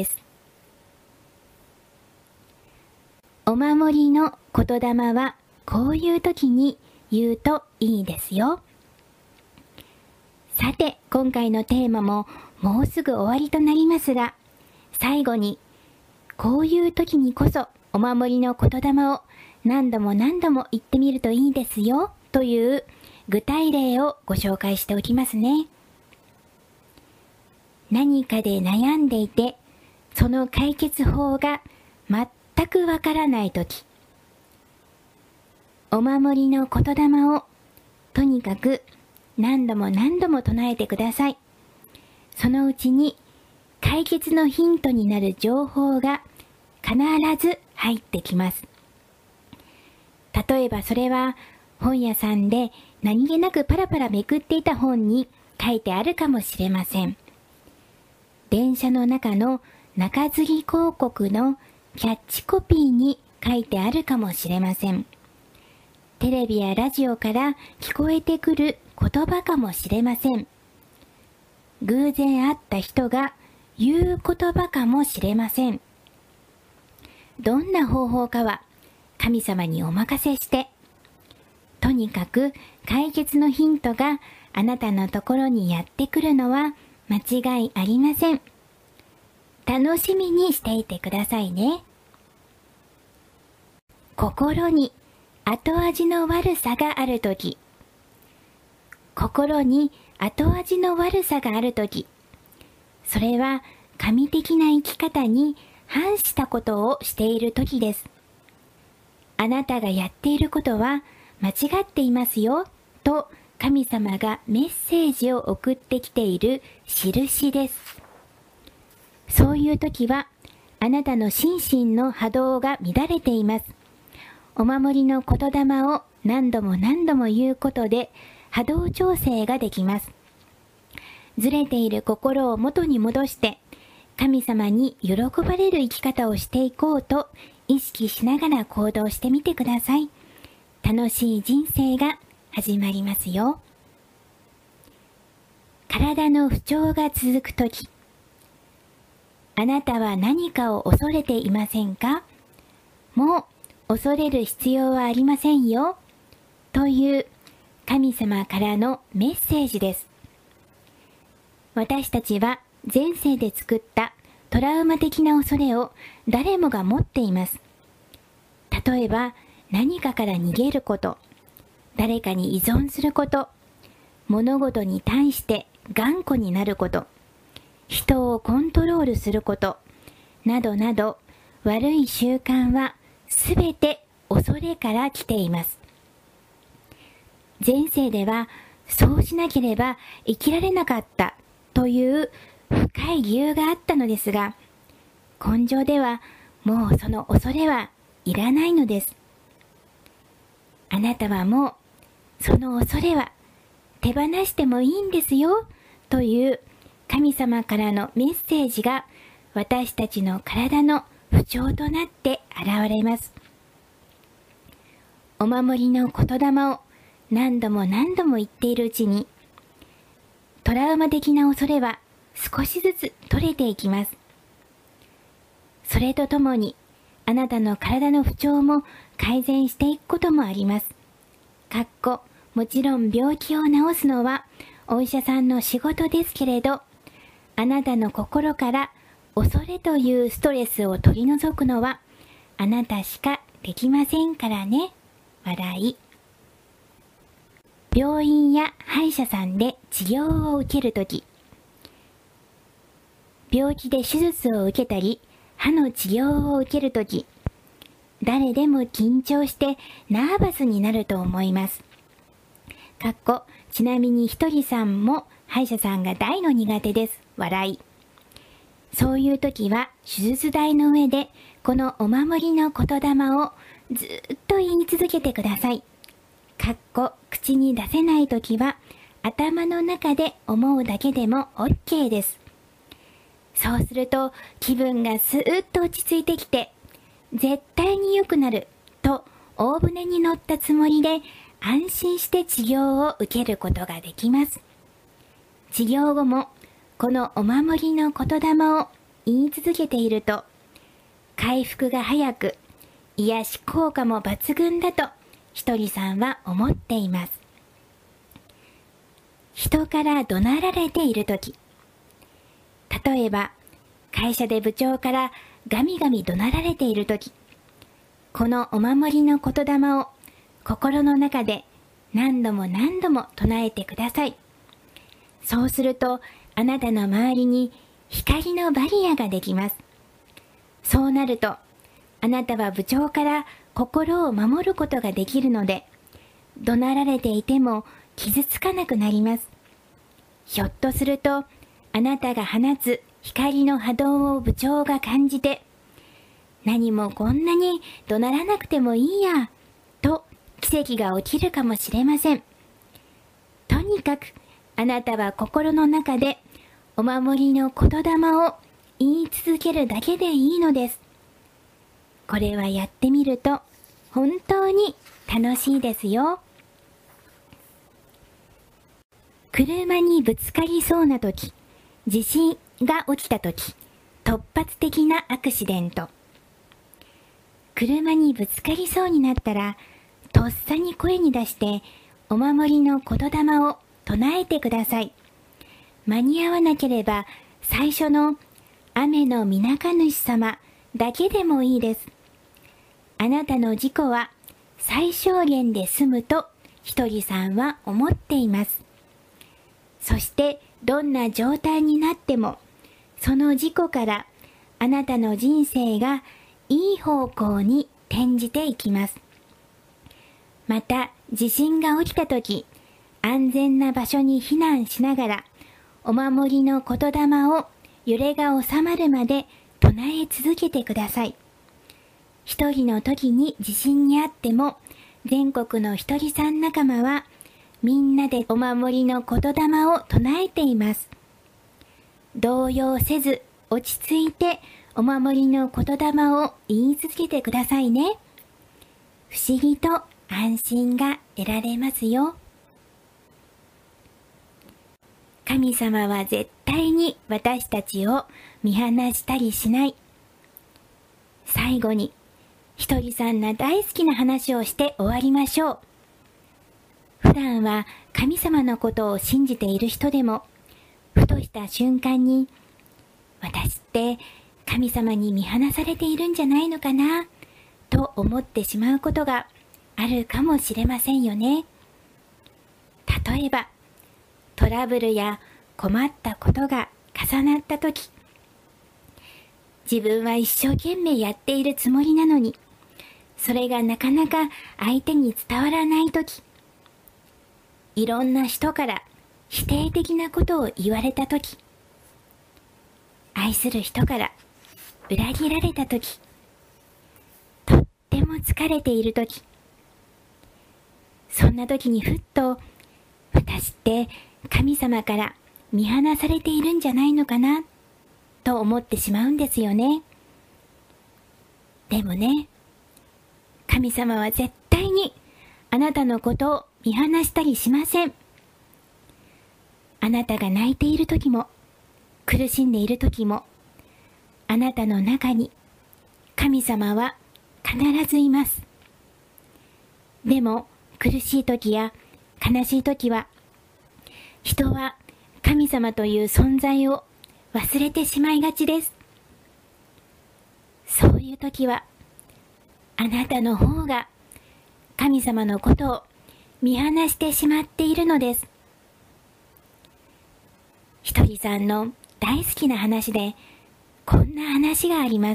お守りの言霊はこういう時に言うといいですよ。さて、今回のテーマももうすぐ終わりとなりますが、最後にこういう時にこそお守りの言霊を何度も何度も言ってみるといいですよという具体例をご紹介しておきますね。何かで悩んでいて、その解決法が全くわからないとき、お守りの言霊をとにかく何度も何度も唱えてください。そのうちに解決のヒントになる情報が必ず入ってきます。例えばそれは本屋さんで何気なくパラパラめくっていた本に書いてあるかもしれません。電車の中の中吊り広告のキャッチコピーに書いてあるかもしれません。テレビやラジオから聞こえてくる言葉かもしれません。偶然会った人が言う言葉かもしれません。どんな方法かは神様にお任せして、とにかく解決のヒントがあなたのところにやってくるのは間違いありません。楽しみにしていてくださいね。心に後味の悪さがあるとき、心に後味の悪さがあるとき、それは神的な生き方に反したことをしているときです。あなたがやっていることは間違っていますよと神様がメッセージを送ってきている印です。そういうときはあなたの心身の波動が乱れています。お守りの言霊を何度も何度も言うことで波動調整ができます。ずれている心を元に戻して神様に喜ばれる生き方をしていこうと意識しながら行動してみてください。楽しい人生が始まりますよ。体の不調が続くとき、あなたは何かを恐れていませんか？もう恐れる必要はありませんよという神様からのメッセージです。私たちは前世で作ったトラウマ的な恐れを誰もが持っています。例えば何かから逃げること、誰かに依存すること、物事に対して頑固になること、人をコントロールすること、などなど悪い習慣はすべて恐れから来ています。前世ではそうしなければ生きられなかったという深い理由があったのですが、 根性ではもうその恐れはいらないのです。あなたはもうその恐れは手放してもいいんですよという神様からのメッセージが私たちの体の符丁となって現れます。お守りの言霊を何度も何度も言っているうちに、トラウマ的な恐れは少しずつ取れていきます。それとともに、あなたの体の不調も改善していくこともあります。かっこ、もちろん病気を治すのはお医者さんの仕事ですけれど、あなたの心から恐れというストレスを取り除くのはあなたしかできませんからね。笑い。病院や歯医者さんで治療を受けるとき、病気で手術を受けたり、歯の治療を受けるとき、誰でも緊張してナーバスになると思います。かっこ、ちなみにひとりさんも歯医者さんが大の苦手です。笑い。そういうときは手術台の上でこのお守りの言霊をずっと言い続けてください。かっこ、口に出せないときは頭の中で思うだけでも オーケー です。そうすると気分がスーッと落ち着いてきて、絶対に良くなると大船に乗ったつもりで安心して治療を受けることができます。治療後もこのお守りの言霊を言い続けていると、回復が早く、癒し効果も抜群だとひとりさんは思っています。人から怒鳴られているとき、例えば会社で部長からガミガミ怒鳴られているとき、このお守りの言霊を心の中で何度も何度も唱えてください。そうするとあなたの周りに光のバリアができます。そうなるとあなたは部長から心を守ることができるので、怒鳴られていても傷つかなくなります。ひょっとするとあなたが放つ光の波動を部長が感じて、何もこんなに怒鳴らなくてもいいやと奇跡が起きるかもしれません。とにかくあなたは心の中でお守りの言霊を言い続けるだけでいいのです。これはやってみると本当に楽しいですよ。車にぶつかりそうな時、地震が起きた時、突発的なアクシデント。車にぶつかりそうになったら、とっさに声に出してお守りの言霊を唱えてください。間に合わなければ最初の雨のみなか主様だけでもいいです。あなたの事故は最小限で済むとひとりさんは思っています。そしてどんな状態になっても、その事故からあなたの人生がいい方向に転じていきます。また地震が起きたとき、安全な場所に避難しながらお守りの言霊を揺れが収まるまで唱え続けてください。一人の時に地震にあっても、全国のひとりさん仲間はみんなでお守りの言霊を唱えています。動揺せず落ち着いてお守りの言霊を言い続けてくださいね。不思議と安心が得られますよ。神様は絶対に私たちを見放したりしない。最後にひとりさんが大好きな話をして終わりましょう。普段は神様のことを信じている人でも、ふとした瞬間に、私って神様に見放されているんじゃないのかな、と思ってしまうことがあるかもしれませんよね。例えば、トラブルや困ったことが重なったとき、自分は一生懸命やっているつもりなのに、それがなかなか相手に伝わらないとき、いろんな人から否定的なことを言われたとき、愛する人から裏切られたとき、とっても疲れているとき、そんなときにふっと、私って神様から見放されているんじゃないのかな、と思ってしまうんですよね。でもね、神様は絶対にあなたのことを見放したりしません。あなたが泣いているときも、苦しんでいるときも、あなたの中に神様は必ずいます。でも苦しいときや悲しいときは、人は神様という存在を忘れてしまいがちです。そういうときは、あなたの方が神様のことを見放してしまっているのです。ひとりさんの大好きな話で、こんな話があります。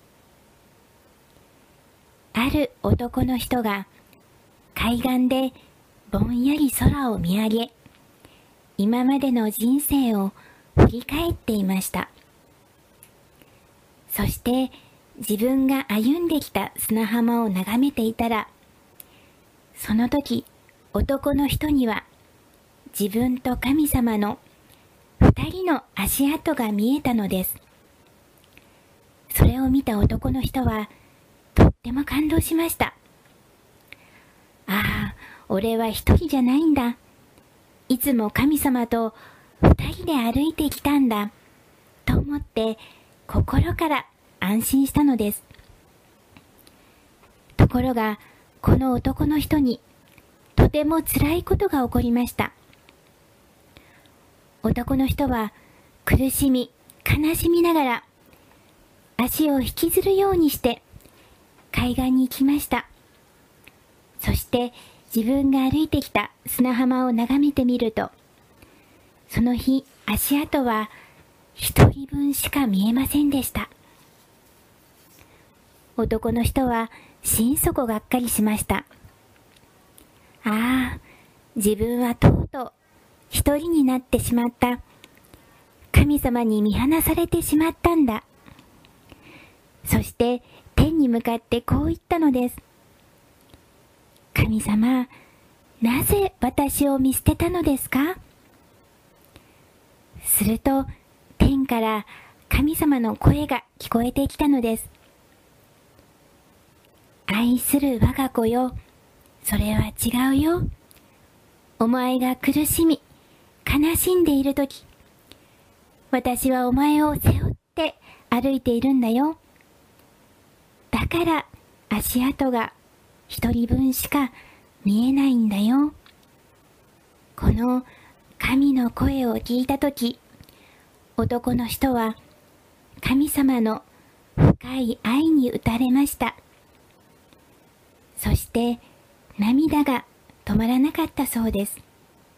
ある男の人が海岸でぼんやり空を見上げ、今までの人生を振り返っていました。そして自分が歩んできた砂浜を眺めていたら、その時男の人には自分と神様の二人の足跡が見えたのです。それを見た男の人はとっても感動しました。ああ、俺は一人じゃないんだ。いつも神様と二人で歩いてきたんだ。と思って心から安心したのです。ところが、この男の人にとても辛いことが起こりました。男の人は苦しみ、悲しみながら足を引きずるようにして海岸に行きました。そして自分が歩いてきた砂浜を眺めてみると、その日足跡は一人分しか見えませんでした。男の人は心底がっかりしました。ああ、自分はとうとう一人になってしまった。神様に見放されてしまったんだ。そして天に向かってこう言ったのです。神様、なぜ私を見捨てたのですか？すると天から神様の声が聞こえてきたのです。愛する我が子よ、それは違うよ。お前が苦しみ、悲しんでいるとき、私はお前を背負って歩いているんだよ。だから足跡が一人分しか見えないんだよ。この神の声を聞いたとき、男の人は神様の深い愛に打たれました。そして涙が止まらなかったそうです。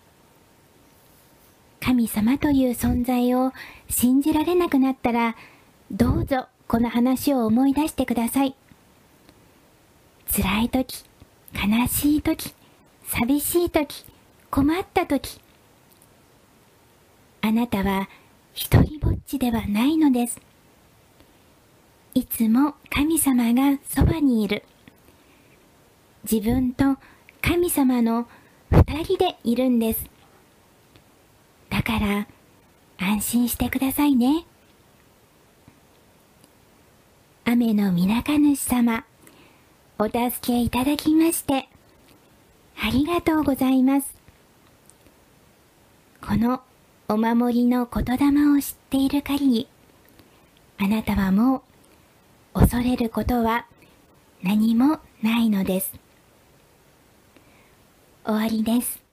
神様という存在を信じられなくなったら、どうぞこの話を思い出してください。辛いとき、悲しいとき、寂しいとき、困ったとき、あなたは一人ぼっちではないのです。いつも神様がそばにいる。自分と神様の二人でいるんです。だから安心してくださいね。雨の皆か主様、お助けいただきましてありがとうございます。このお守りの言霊を知っている限り、あなたはもう恐れることは何もないのです。終わりです。